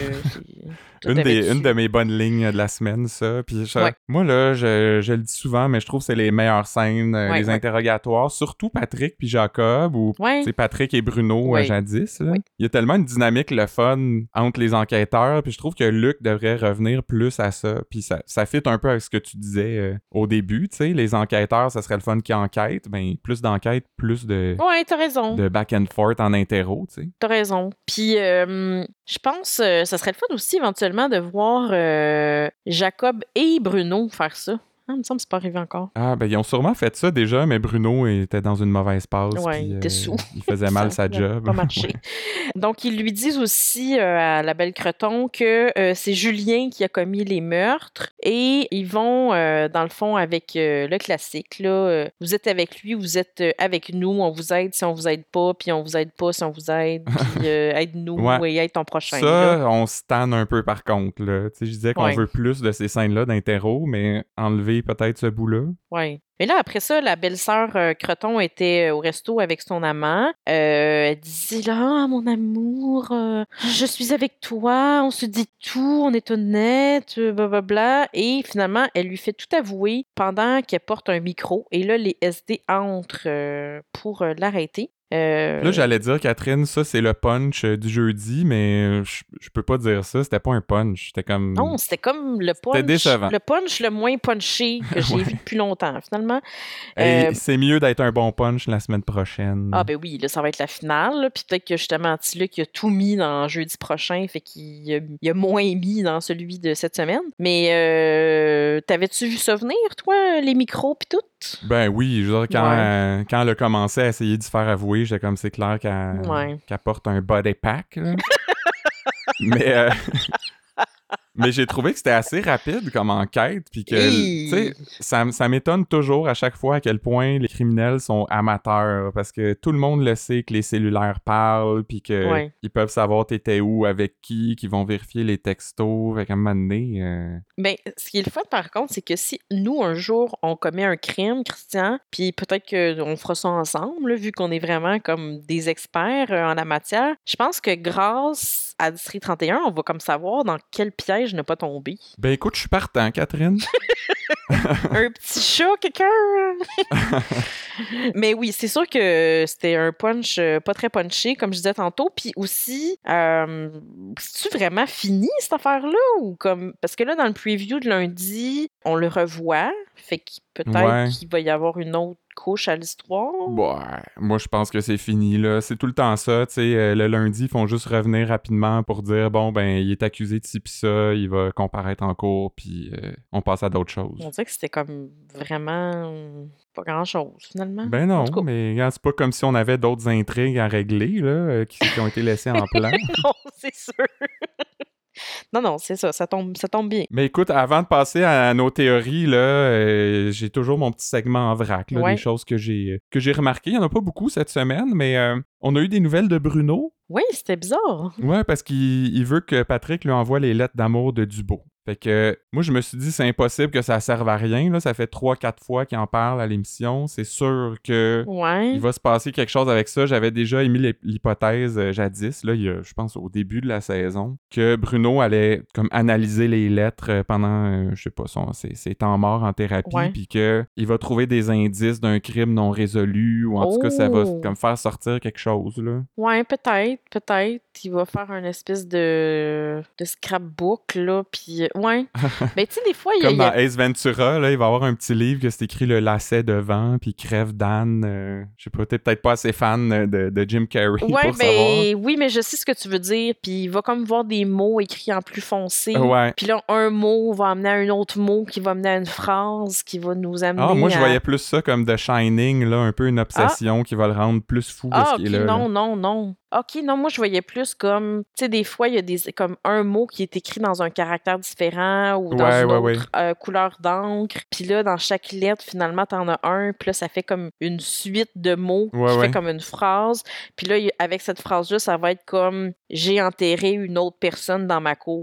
une, des, une de mes bonnes lignes de la semaine, ça. Puis je, ouais. Moi, là, je, je le dis souvent, mais je trouve que c'est les meilleures scènes, ouais, les ouais. interrogatoires, surtout Patrick puis Jacob, ou ouais. Patrick et Bruno ouais. euh, jadis. Là. Ouais. Il y a tellement une dynamique, le fun, entre les enquêteurs, puis je trouve que Luc devrait revenir plus à ça. Puis ça, ça fit un peu avec ce que tu disais euh, au début, tu sais, les enquêteurs, ça serait le fun qui enquêtent, ben plus d'enquêtes, plus de... Ouais, t'as raison. De back and forth en interro, tu sais. T'as raison. Puis, euh, je pense euh, ça serait le fun aussi éventuellement de voir euh, Jacob et Bruno faire ça. Ah, il me semble que c'est pas arrivé encore. Ah, ben ils ont sûrement fait ça déjà, mais Bruno était dans une mauvaise passe. Ouais, il était euh, sous. Il faisait mal sa job. Pas marché. Ouais. Donc, ils lui disent aussi euh, à la belle Creton que euh, c'est Julien qui a commis les meurtres et ils vont, euh, dans le fond, avec euh, le classique. Là, euh, vous êtes avec lui, vous êtes euh, avec nous, on vous aide si on vous aide pas, puis on vous aide pas si on vous aide, puis euh, aide-nous ouais. et aide ton prochain. Ça, là. on se tanne un peu par contre. Là. Je disais qu'on ouais. veut plus de ces scènes-là d'interro, mais enlever peut-être ce bout-là. Oui. Mais là, après ça, la belle-sœur euh, Creton était au resto avec son amant. Euh, elle disait là, ah, mon amour, euh, je suis avec toi, on se dit tout, on est honnête, blablabla. Et finalement, elle lui fait tout avouer pendant qu'elle porte un micro. Et là, les S D entrent euh, pour euh, l'arrêter. Euh... Là, j'allais dire, Catherine, ça, c'est le punch euh, du jeudi, mais je, je peux pas dire ça. C'était pas un punch. C'était comme... Non, c'était comme le punch... C'était décevant. Le punch le moins punché que j'ai ouais. vu depuis longtemps, finalement. Hey, euh... C'est mieux d'être un bon punch la semaine prochaine. Ah ben oui, là, ça va être la finale. Là, puis peut-être que, justement, Antiluc a tout mis dans jeudi prochain, fait qu'il a, il a moins mis dans celui de cette semaine. Mais euh, t'avais-tu vu ça venir, toi, les micros pis tout? Ben oui, je veux dire, quand, ouais. euh, quand elle a commencé à essayer de se faire avouer, j'étais comme, c'est clair qu'elle, ouais. qu'elle porte un body pack, là. mais, euh, Mais j'ai trouvé que c'était assez rapide comme enquête, puis que, tu sais, ça, ça m'étonne toujours à chaque fois à quel point les criminels sont amateurs, parce que tout le monde le sait que les cellulaires parlent, puis qu'ils ouais. peuvent savoir t'étais où, avec qui, qu'ils vont vérifier les textos, fait qu'à un moment donné... Euh... Ben, ce qui est le fun, par contre, c'est que si nous, un jour, on commet un crime, Christian, puis peut-être qu'on fera ça ensemble, là, vu qu'on est vraiment comme des experts euh, en la matière, je pense que grâce à District trente et un, on va comme savoir dans quel piège ne pas tomber. Ben écoute, je suis partant, Catherine. Un petit chat, quelqu'un? Mais oui, c'est sûr que c'était un punch euh, pas très punché, comme je disais tantôt. Puis aussi, euh, c'est-tu vraiment fini, cette affaire-là? Ou comme... Parce que là, dans le preview de lundi, on le revoit. Fait que peut-être ouais. qu'il va y avoir une autre couche à l'histoire. Ouais, moi je pense que c'est fini là. C'est tout le temps ça, tu sais. Euh, le lundi, ils font juste revenir rapidement pour dire bon ben il est accusé de ci pis ça, il va comparaître en cours, puis euh, on passe à d'autres choses. On dirait que c'était comme vraiment pas grand-chose finalement. Ben non, mais c'est pas comme si on avait d'autres intrigues à régler là, euh, qui, qui ont été laissées en plan. Non, c'est sûr. Non, non, c'est ça, ça tombe, ça tombe bien. Mais écoute, avant de passer à nos théories, là, euh, j'ai toujours mon petit segment en vrac, là, ouais. des choses que j'ai, que j'ai remarquées. Il n'y en a pas beaucoup cette semaine, mais euh, on a eu des nouvelles de Bruno. Oui, c'était bizarre. Ouais, parce qu'il il veut que Patrick lui envoie les lettres d'amour de Dubo. Fait que moi, je me suis dit, c'est impossible que ça serve à rien. Là. Ça fait trois quatre fois qu'il en parle à l'émission. C'est sûr que ouais. il va se passer quelque chose avec ça. J'avais déjà émis l'hypothèse euh, jadis, là, il y a, je pense au début de la saison, que Bruno allait comme analyser les lettres pendant, euh, je sais pas, son, ses, ses temps morts en thérapie, ouais. puis qu'il va trouver des indices d'un crime non résolu, ou en oh. tout cas, ça va comme faire sortir quelque chose. Là. Ouais, peut-être, peut-être. Il va faire une espèce de, de scrapbook, là, puis... Ouais. Ben, tu sais, des fois, il y a... Comme dans Ace Ventura, là, il va y avoir un petit livre que c'est écrit le lacet devant, puis crève d'Anne. Euh, je sais pas, t'es peut-être pas assez fan de, de Jim Carrey ouais, pour ben, savoir. Oui, mais je sais ce que tu veux dire, puis il va comme voir des mots écrits en plus foncé. Ouais. Puis là, un mot va amener à un autre mot qui va amener à une phrase qui va nous amener Ah, moi, je à... voyais plus ça comme The Shining, là, un peu une obsession ah. qui va le rendre plus fou que ah, ce qu'il okay, est là. non, là. non, non. OK, non, moi, je voyais plus comme... Tu sais, des fois, il y a des comme un mot qui est écrit dans un caractère différent ou dans ouais, une ouais, autre ouais. Euh, couleur d'encre. Puis là, dans chaque lettre, finalement, t'en as un. Puis là, ça fait comme une suite de mots ouais, qui ouais. fait comme une phrase. Puis là, avec cette phrase-là, ça va être comme « J'ai enterré une autre personne dans ma cour. »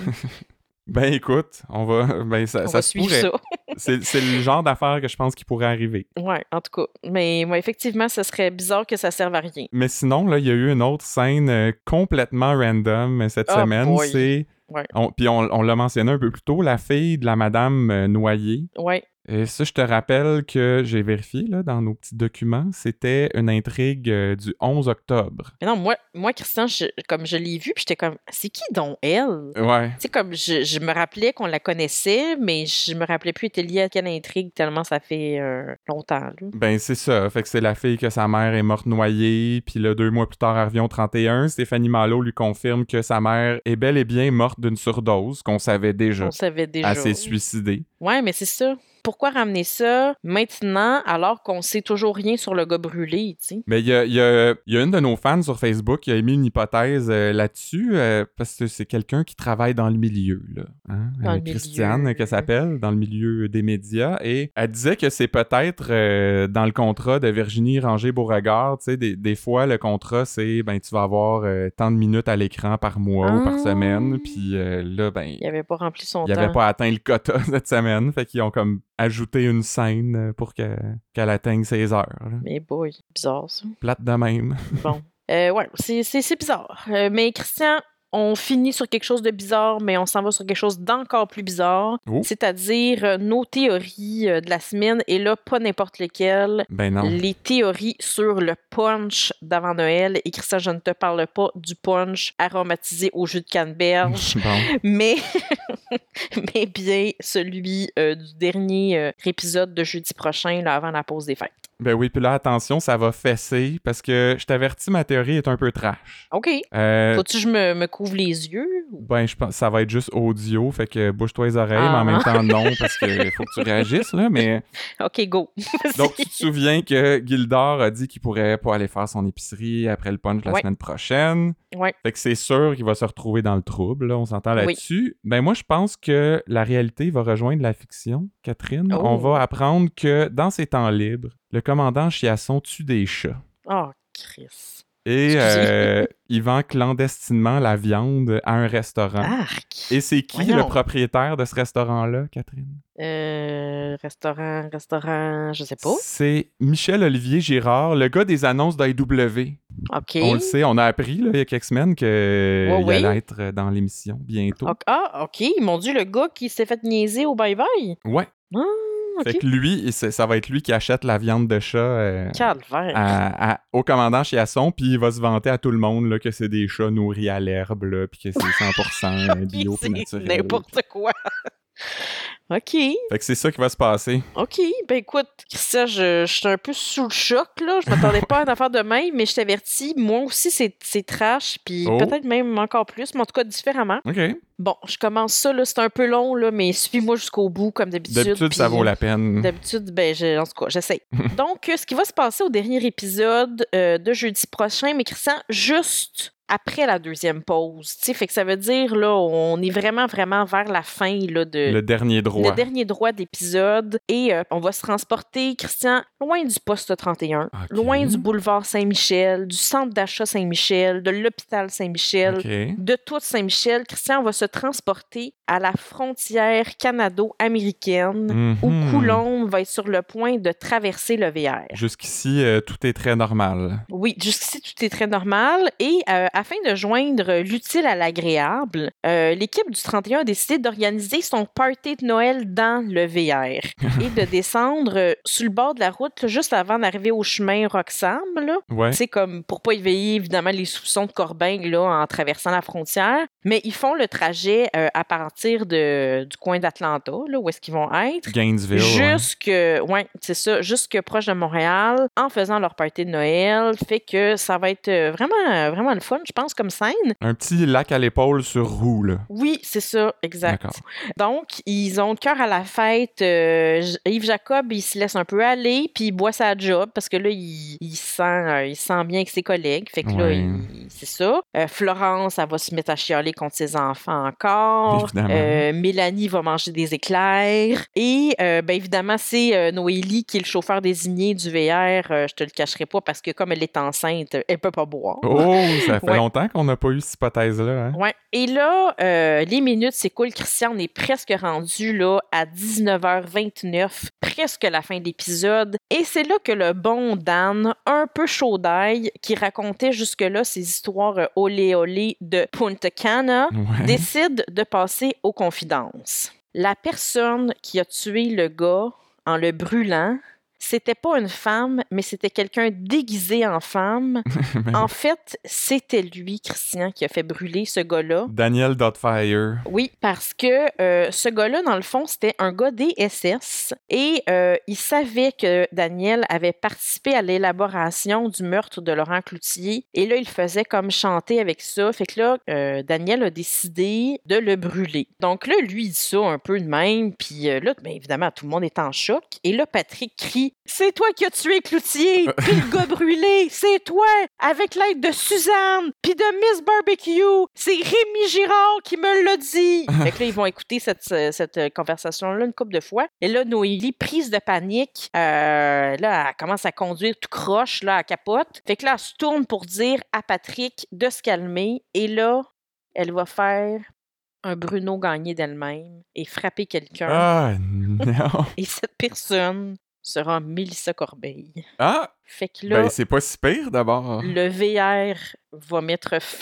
Ben écoute, on va... Ben, ça, on ça va se suivre pourrait. ça. c'est, c'est le genre d'affaire que je pense qui pourrait arriver. Ouais, en tout cas. Mais ouais, effectivement, ce serait bizarre que ça serve à rien. Mais sinon, là, il y a eu une autre scène euh, complètement random cette oh semaine. Boy. C'est... Ouais. On, puis on, on l'a mentionné un peu plus tôt, la fille de la madame euh, noyée. Ouais. Et ça, je te rappelle que j'ai vérifié là, dans nos petits documents, c'était une intrigue euh, du onze octobre. Mais non, moi, moi Christian, je, comme je l'ai vu, puis j'étais comme, c'est qui donc elle? Ouais. Tu sais, comme je, je me rappelais qu'on la connaissait, mais je me rappelais plus était liée à quelle intrigue tellement ça fait euh, longtemps. Là. Ben, c'est ça. Fait que c'est la fille que sa mère est morte noyée, puis là, deux mois plus tard, elle revient au trente et un. Stéphanie Malo lui confirme que sa mère est bel et bien morte d'une surdose, qu'on savait déjà. On savait déjà. Elle s'est suicidée. Ouais, mais c'est ça. Pourquoi ramener ça maintenant alors qu'on sait toujours rien sur le gars brûlé, tu sais? Mais il y a, y, a, y a une de nos fans sur Facebook qui a émis une hypothèse euh, là-dessus, euh, parce que c'est quelqu'un qui travaille dans le milieu, là. Hein? Dans Euh, le Christiane, milieu. qu'elle s'appelle, dans le milieu des médias. Et elle disait que c'est peut-être euh, dans le contrat de Virginie Ranger-Beauregard, tu sais, des, des fois, le contrat, c'est, ben, tu vas avoir euh, tant de minutes à l'écran par mois ah. ou par semaine. Puis euh, là, ben... Il avait pas rempli son il temps. Il avait pas atteint le quota cette semaine, fait qu'ils ont comme ajouter une scène pour que, qu'elle atteigne ses heures. Là. Mais boy, bizarre ça. Plate de même. Bon. Euh, ouais, c'est, c'est, c'est bizarre. Euh, mais Christian, on finit sur quelque chose de bizarre, mais on s'en va sur quelque chose d'encore plus bizarre. Oh. C'est-à-dire euh, nos théories euh, de la semaine, et là, pas n'importe lesquelles. Ben non. Les théories sur le punch d'avant Noël. Et Christian, je ne te parle pas du punch aromatisé au jus de canneberge, bon. mais... mais bien celui euh, du dernier euh, épisode de jeudi prochain, là, avant la pause des fêtes. Ben oui, puis là, attention, ça va fesser, parce que je t'avertis, ma théorie est un peu trash. OK. Euh, Faut-tu que je me, me couvre les yeux? Ben, je pense que ça va être juste audio, fait que bouge-toi les oreilles, Ah. mais en même temps, non, parce qu'il faut que tu réagisses, là, mais... OK, go. Donc, tu te souviens que Gildor a dit qu'il pourrait pas aller faire son épicerie après le punch la Ouais. semaine prochaine. Ouais. Fait que c'est sûr qu'il va se retrouver dans le trouble, là, on s'entend là-dessus. Oui. Ben moi, je pense que la réalité va rejoindre la fiction, Catherine. Oh. On va apprendre que, dans ses temps libres, le commandant Chiasson tue des chats. Oh, Chris. Et euh, il vend clandestinement la viande à un restaurant. Arc. Et c'est qui Voyons. le propriétaire de ce restaurant-là, Catherine? Euh, restaurant, restaurant, je sais pas. C'est Michel-Olivier Girard, le gars des annonces d'A E W. OK. On le sait, on a appris là, il y a quelques semaines qu'il Ouais, allait oui. être dans l'émission bientôt. Okay. Ah, OK. Mon Dieu, le gars qui s'est fait niaiser au bye-bye? Ouais. Ah, OK. Fait que lui, ça va être lui qui achète la viande de chat euh, à, à, au commandant Chiasson, puis il va se vanter à tout le monde là, que c'est des chats nourris à l'herbe, là, puis que c'est cent pour cent bio et naturel. N'importe quoi. OK. Fait que c'est ça qui va se passer. OK. Ben écoute, Christian, je, je suis un peu sous le choc, là. Je m'attendais pas à une affaire de même, mais je t'avertis, moi aussi, c'est, c'est trash, puis oh. peut-être même encore plus, mais en tout cas différemment. OK. Bon, je commence ça, là, c'est un peu long, là, mais suis-moi jusqu'au bout, comme d'habitude. D'habitude, pis, ça vaut la peine. D'habitude, ben, je, en tout cas, j'essaie. Donc, ce qui va se passer au dernier épisode euh, de jeudi prochain, mais Christian, juste après la deuxième pause, tu sais, fait que ça veut dire, là, on est vraiment, vraiment vers la fin, là, de... Le dernier droit. Le dernier droit d'épisode, et euh, on va se transporter, Christian, loin du poste trente et un, okay. loin du boulevard Saint-Michel, du centre d'achat Saint-Michel, de l'hôpital Saint-Michel, okay. de tout Saint-Michel. Christian, on va se transporter à la frontière canado-américaine, mm-hmm. où Coulombe va être sur le point de traverser le V R. Jusqu'ici, euh, tout est très normal. Oui, jusqu'ici, tout est très normal, et euh, afin de joindre l'utile à l'agréable, euh, l'équipe du trente et un a décidé d'organiser son party de Noël dans le V R et de descendre euh, sur le bord de la route, là, juste avant d'arriver au chemin Roxham, là. Ouais. C'est comme pour pas éveiller évidemment les soupçons de Corbin là, en traversant la frontière, mais ils font le trajet euh, à partir de, du coin d'Atlanta, là, où est-ce qu'ils vont être. Gainesville. Jusque, ouais, ouais c'est ça, jusque proche de Montréal, en faisant leur party de Noël, fait que ça va être vraiment, vraiment le fun, je pense, comme scène. Un petit lac à l'épaule sur roue, là. Oui, c'est ça, exact. D'accord. Donc, ils ont le cœur à la fête. Euh, Yves Jacob, il se laisse un peu aller, puis il boit sa job, parce que là, il, il, sent, euh, il sent bien avec ses collègues. Fait que ouais. là, il, c'est ça. Euh, Florence, elle va se mettre à chialer contre ses enfants encore. Euh, Mélanie va manger des éclairs. Et, euh, ben évidemment, c'est euh, Noélie qui est le chauffeur désigné du V R. Euh, je te le cacherai pas, parce que comme elle est enceinte, elle peut pas boire. Oh, ça fait ouais. longtemps qu'on n'a pas eu cette hypothèse-là. Hein? Ouais. Et là, euh, les minutes s'écoulent, Christian, on est presque rendu là, à dix-neuf heures vingt-neuf, presque la fin de l'épisode. Et c'est là que le bon Dan, un peu chaud d'ail, qui racontait jusque-là ses histoires euh, olé olé de Punta Cana, ouais. décide de passer aux confidences. La personne qui a tué le gars en le brûlant, c'était pas une femme, mais c'était quelqu'un déguisé en femme. En fait, c'était lui, Christian, qui a fait brûler ce gars-là. Daniel Dotfire. Oui, parce que euh, ce gars-là, dans le fond, c'était un gars des S S et euh, il savait que Daniel avait participé à l'élaboration du meurtre de Laurent Cloutier. Et là, il faisait comme chanter avec ça. Fait que là, euh, Daniel a décidé de le brûler. Donc là, lui, il dit ça un peu de même. Puis euh, là, bien évidemment, tout le monde est en choc. Et là, Patrick crie: c'est toi qui as tué Cloutier, puis le gars brûlé, c'est toi, avec l'aide de Suzanne, puis de Miss Barbecue, c'est Rémi Girard qui me l'a dit. Fait que là, ils vont écouter cette, cette conversation-là une couple de fois. Et là, Noélie, prise de panique, euh, là, elle commence à conduire tout croche, là, elle capote. Fait que là, elle se tourne pour dire à Patrick de se calmer. Et là, elle va faire un Bruno Gagné d'elle-même et frapper quelqu'un. Ah, non! Et cette personne sera Mélissa Corbeil. Ah! Fait que là, ben, c'est pas si pire, d'abord. Le V R va mettre fin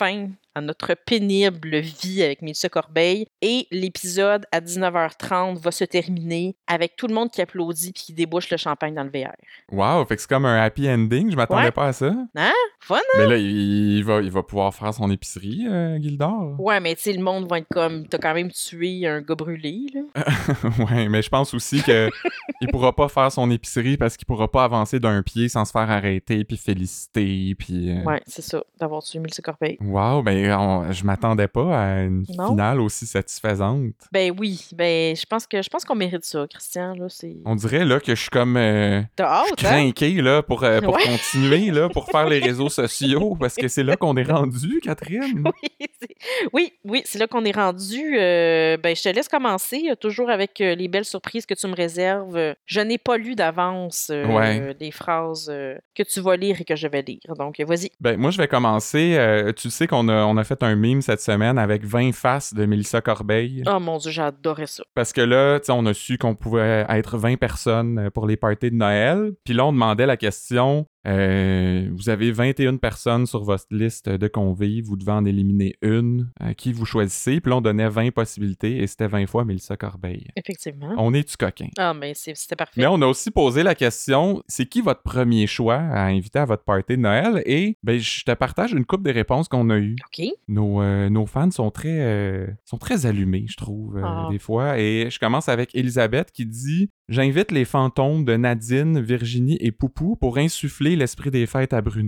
à notre pénible vie avec Mélissa Corbeil. Et l'épisode, à dix-neuf heures trente, va se terminer avec tout le monde qui applaudit et qui débouche le champagne dans le V R. Wow, fait que c'est comme un happy ending. Je m'attendais ouais. pas à ça. Hein? Fun, hein? Mais là, il, il, va, il va pouvoir faire son épicerie, euh, Gildor. Ouais, mais tu sais, le monde va être comme... T'as quand même tué un gars brûlé, là. Ouais, mais je pense aussi que il pourra pas faire son épicerie parce qu'il pourra pas avancer d'un pied sans se faire arrêter puis féliciter puis... Euh... Ouais, c'est ça, d'avoir tué Mélissa Corbeil. Wow, ben on, je m'attendais pas à une non? finale aussi satisfaisante. Ben oui, ben je pense que je pense qu'on mérite ça, Christian, là, c'est... On dirait, là, que je suis comme... Euh, T'as hâte, je suis craqué, hein? là, pour, euh, pour ouais. continuer, là, pour faire les réseaux sociaux, parce que c'est là qu'on est rendu, Catherine. Oui, c'est... oui, oui, c'est là qu'on est rendu. Euh, ben, je te laisse commencer, toujours avec euh, les belles surprises que tu me réserves. Je n'ai pas lu d'avance euh, ouais. les phrases euh, que tu vas lire et que je vais lire. Donc, vas-y. Ben, moi, je vais commencer. Euh, tu sais qu'on a, on a fait un meme cette semaine avec vingt faces de Mélissa Corbeil. Oh mon Dieu, j'adorais ça. Parce que là, tu sais, on a su qu'on pouvait être vingt personnes pour les parties de Noël. Puis là, on demandait la question... Euh, vous avez vingt et une personnes sur votre liste de convives, vous devez en éliminer une, euh, qui vous choisissez, puis là on donnait vingt possibilités et c'était vingt fois Mélissa Corbeil. Effectivement. On est du coquin. Ah, mais c'est, c'était parfait. Mais on a aussi posé la question, c'est qui votre premier choix à inviter à votre party de Noël? Et ben, je te partage une couple des réponses qu'on a eues. OK. Nos, euh, nos fans sont très, euh, sont très allumés, je trouve, euh, ah. des fois. Et je commence avec Elisabeth qui dit « J'invite les fantômes de Nadine, Virginie et Poupou pour insuffler l'esprit des fêtes à Bruno. »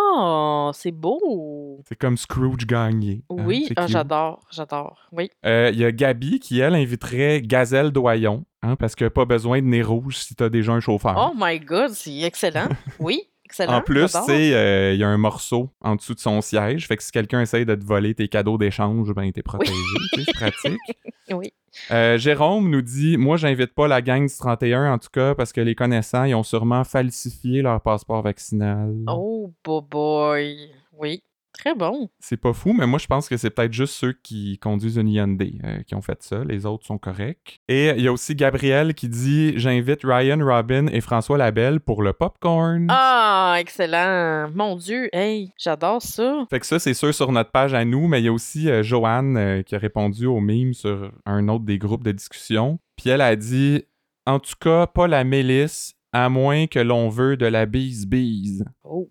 Oh, c'est beau! C'est comme Scrooge gagné. Oui, hein? ah, j'adore, j'adore, oui. Il euh, y a Gabi qui, elle, inviterait Gazelle Doyon, hein, parce qu'il n'y a pas besoin de nez rouge si tu as déjà un chauffeur. Oh my God, c'est excellent. Oui, excellent. En plus, tu sais, il euh, y a un morceau en dessous de son siège, fait que si quelqu'un essaye de te voler tes cadeaux d'échange, ben t'es protégé, oui. C'est pratique. Oui. Euh, Jérôme nous dit « Moi, j'invite pas la gang du trente et un, en tout cas, parce que les connaissants, ils ont sûrement falsifié leur passeport vaccinal. » Oh, boy. Oui, très bon. C'est pas fou, mais moi, je pense que c'est peut-être juste ceux qui conduisent une Hyundai euh, qui ont fait ça. Les autres sont corrects. Et il y a aussi Gabriel qui dit « J'invite Ryan, Robin et François Labelle pour le popcorn. » Ah, excellent. Mon Dieu, hey, j'adore ça. Fait que ça, c'est sûr sur notre page à nous, mais il y a aussi euh, Joanne euh, qui a répondu au meme sur un autre des groupes de discussion. Puis elle a dit « En tout cas, pas la Mélisse, à moins que l'on veut de la bise-bise. » Oh.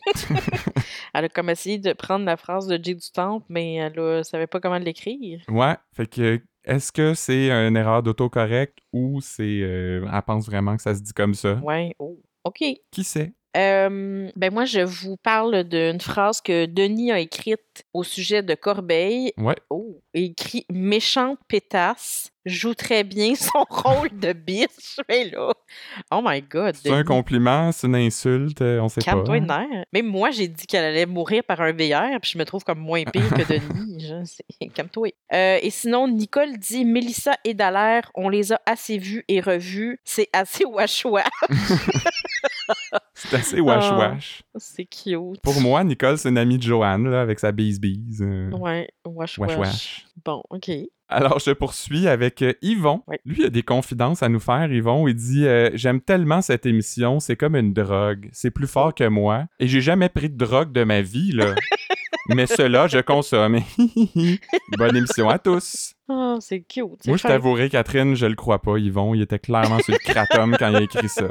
Elle a comme essayé de prendre la phrase de Jay du Temple, mais elle ne savait pas comment l'écrire. Ouais, fait que est-ce que c'est une erreur d'autocorrect ou c'est euh, elle pense vraiment que ça se dit comme ça? Ouais, oh, OK. Qui sait? Euh, ben moi, je vous parle d'une phrase que Denis a écrite au sujet de Corbeil. Ouais. Oh, il écrit « Méchante pétasse, joue très bien son rôle de bitch. » Mais là, oh my God. C'est un compliment, c'est une insulte, on sait pas. Calme-toi de nerfs. Même moi, j'ai dit qu'elle allait mourir par un V R, puis je me trouve comme moins pire que Denis. Genre, c'est... Calme-toi. Euh, et sinon, Nicole dit « Mélissa et Dallaire, on les a assez vus et revus. C'est assez wash-wash. » C'est assez wash-wash. Oh, c'est cute. Pour moi, Nicole, c'est une amie de Joanne, là, avec sa bise-bise. Euh... Ouais, wash-wash. Wash-wash. Bon, OK. Alors, je poursuis avec euh, Yvon. Ouais. Lui, il a des confidences à nous faire, Yvon. Il dit euh, « J'aime tellement cette émission, c'est comme une drogue. C'est plus fort que moi. Et j'ai jamais pris de drogue de ma vie, là. Mais cela, je consomme. Bonne émission à tous. » Oh, c'est cute. C'est Moi, je t'avouerai, Catherine, je le crois pas, Yvon. Il était clairement sur le kratom quand il a écrit ça.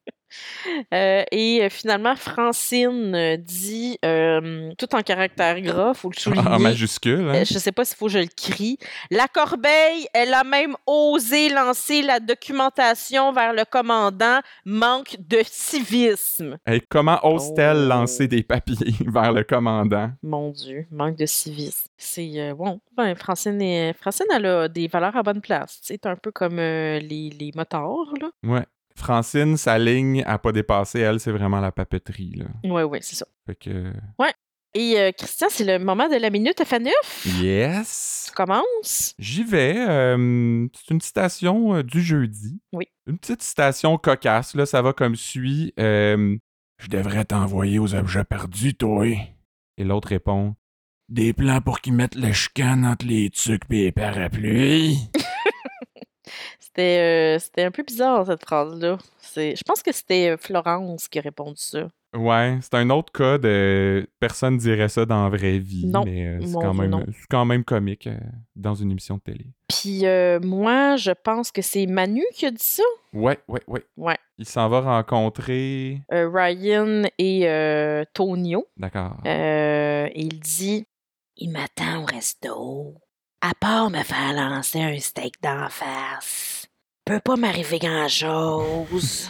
Euh, et euh, finalement, Francine euh, dit, euh, tout en caractère gras, faut le souligner. En majuscule, hein? Euh, je sais pas s'il faut que je le crie. La Corbeille, elle a même osé lancer la documentation vers le commandant. Manque de civisme. Hey, comment ose-t-elle Oh. lancer des papiers vers le commandant? Mon Dieu, manque de civisme. C'est euh, bon. Ben, Francine, est... Francine, elle a des valeurs à bonne place. C'est un peu comme euh, les, les motards, là. Ouais. Francine, sa ligne à pas dépasser, elle, c'est vraiment la papeterie, là. Ouais, ouais, c'est ça. Fait que... Ouais. Et euh, Christian, c'est le moment de la minute F A neuf. Yes! Tu commences? J'y vais. Euh, c'est une citation euh, du jeudi. Oui. Une petite citation cocasse, là. Ça va comme suit. Euh, Je devrais t'envoyer aux objets perdus, toi. Et l'autre répond. Des plans pour qu'ils mettent le chicane entre les tucs et les parapluies. C'était, euh, c'était un peu bizarre, cette phrase-là. C'est... Je pense que c'était Florence qui a répondu ça. Ouais, c'est un autre cas de personne dirait ça dans la vraie vie, non, mais euh, c'est, mon quand Dieu, même, non. c'est quand même comique euh, dans une émission de télé. Puis euh, moi, je pense que c'est Manu qui a dit ça. Ouais, ouais, ouais. Ouais. Il s'en va rencontrer... Euh, Ryan et euh, Tonio. D'accord. Euh, il dit « Il m'attend au resto. À part me faire lancer un steak d'en face, peut pas m'arriver grand-chose. »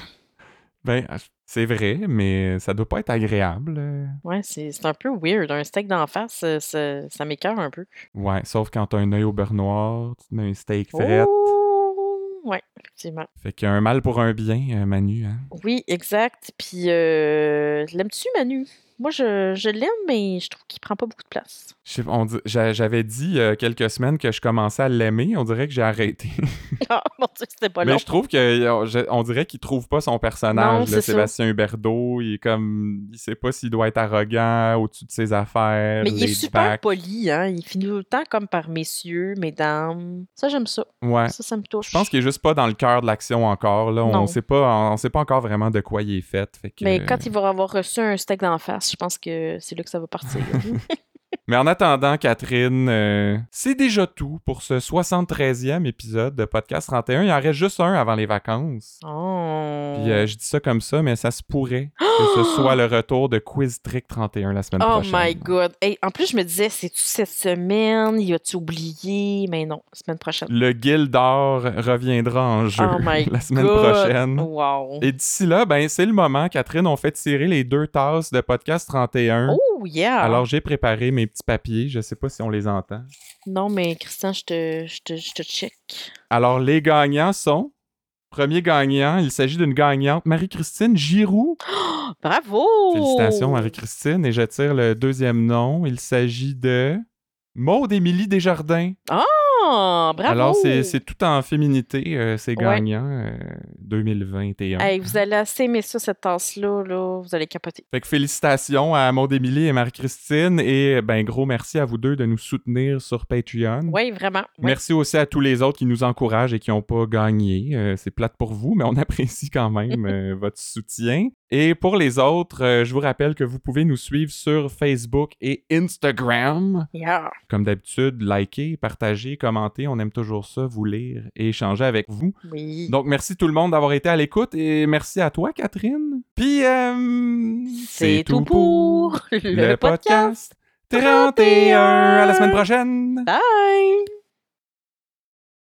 Ben, c'est vrai, mais ça doit pas être agréable. euh. Ouais, c'est, c'est un peu weird. Un steak d'en face, ça, ça, ça m'écoeure un peu. Ouais, sauf quand t'as un œil au beurre noir, tu te mets un steak fret. Oh! Ouais, effectivement. Fait qu'il y a un mal pour un bien, euh, Manu, hein? Oui, exact. Puis, euh, l'aimes-tu, Manu? Moi, je, je l'aime, mais je trouve qu'il prend pas beaucoup de place. Je sais pas, on dit- j'a- j'avais dit euh, quelques semaines que je commençais à l'aimer. On dirait que j'ai arrêté. Ah, mon Dieu, c'était pas Mais long. je trouve que euh, je- on dirait qu'il trouve pas son personnage, Non, là, c'est ça. Sébastien Huberdeau. Il est comme, il sait pas s'il doit être arrogant au-dessus de ses affaires. Mais il est laid super back. poli, hein. Il finit tout le temps comme par messieurs, mesdames. Ça, j'aime ça. Ouais. Ça, ça me touche. Je pense qu'il est juste pas dans le cœur de l'action encore. Là, Non. on sait pas, on sait pas encore vraiment de quoi il est fait. Fait que, Mais quand il va avoir reçu un steak d'en face, je pense que c'est là que ça va partir. Mais en attendant, Catherine, euh, c'est déjà tout pour ce soixante-treizième épisode de Podcast trente et un. Il en reste juste un avant les vacances. Oh. Puis euh, je dis ça comme ça, mais ça se pourrait que ce soit le retour de Quiz Trick trente et un la semaine Oh prochaine. my God. Hey, en plus, je me disais, c'est-tu cette semaine? Y a-tu oublié? Mais non, semaine prochaine. Le Gildor reviendra en jeu Oh my la semaine God. prochaine. Wow. Et d'ici là, ben c'est le moment, Catherine, on fait tirer les deux tasses de Podcast trente et un. Oh yeah! Alors j'ai préparé mes petits papiers, je sais pas si on les entend. Non, mais Christian, je te, je te, je te check. Alors les gagnants sont... Premier gagnant, il s'agit d'une gagnante, Marie-Christine Giroux. Oh, bravo! Félicitations, Marie-Christine. Et je tire le deuxième nom. Il s'agit de Maude Émilie Desjardins. Oh, bravo! Alors, c'est, c'est tout en féminité, euh, ces Ouais. gagnants euh, deux mille vingt et un. Hey, vous allez assez aimer ça, cette tasse-là. Là. Vous allez capoter. Fait que félicitations à Maude Émilie et Marie-Christine. Et ben gros merci à vous deux de nous soutenir sur Patreon. Oui, vraiment. Ouais. Merci aussi à tous les autres qui nous encouragent et qui n'ont pas gagné. Euh, c'est plate pour vous, mais on apprécie quand même euh, votre soutien. Et pour les autres, euh, je vous rappelle que vous pouvez nous suivre sur Facebook et Instagram. Yeah. Comme d'habitude, likez, partagez, commentez. On aime toujours ça, vous lire et échanger avec vous. Oui. Donc, merci tout le monde d'avoir été à l'écoute et merci à toi, Catherine. Puis, euh, c'est tout pour le podcast trente et un. À la semaine prochaine. Bye!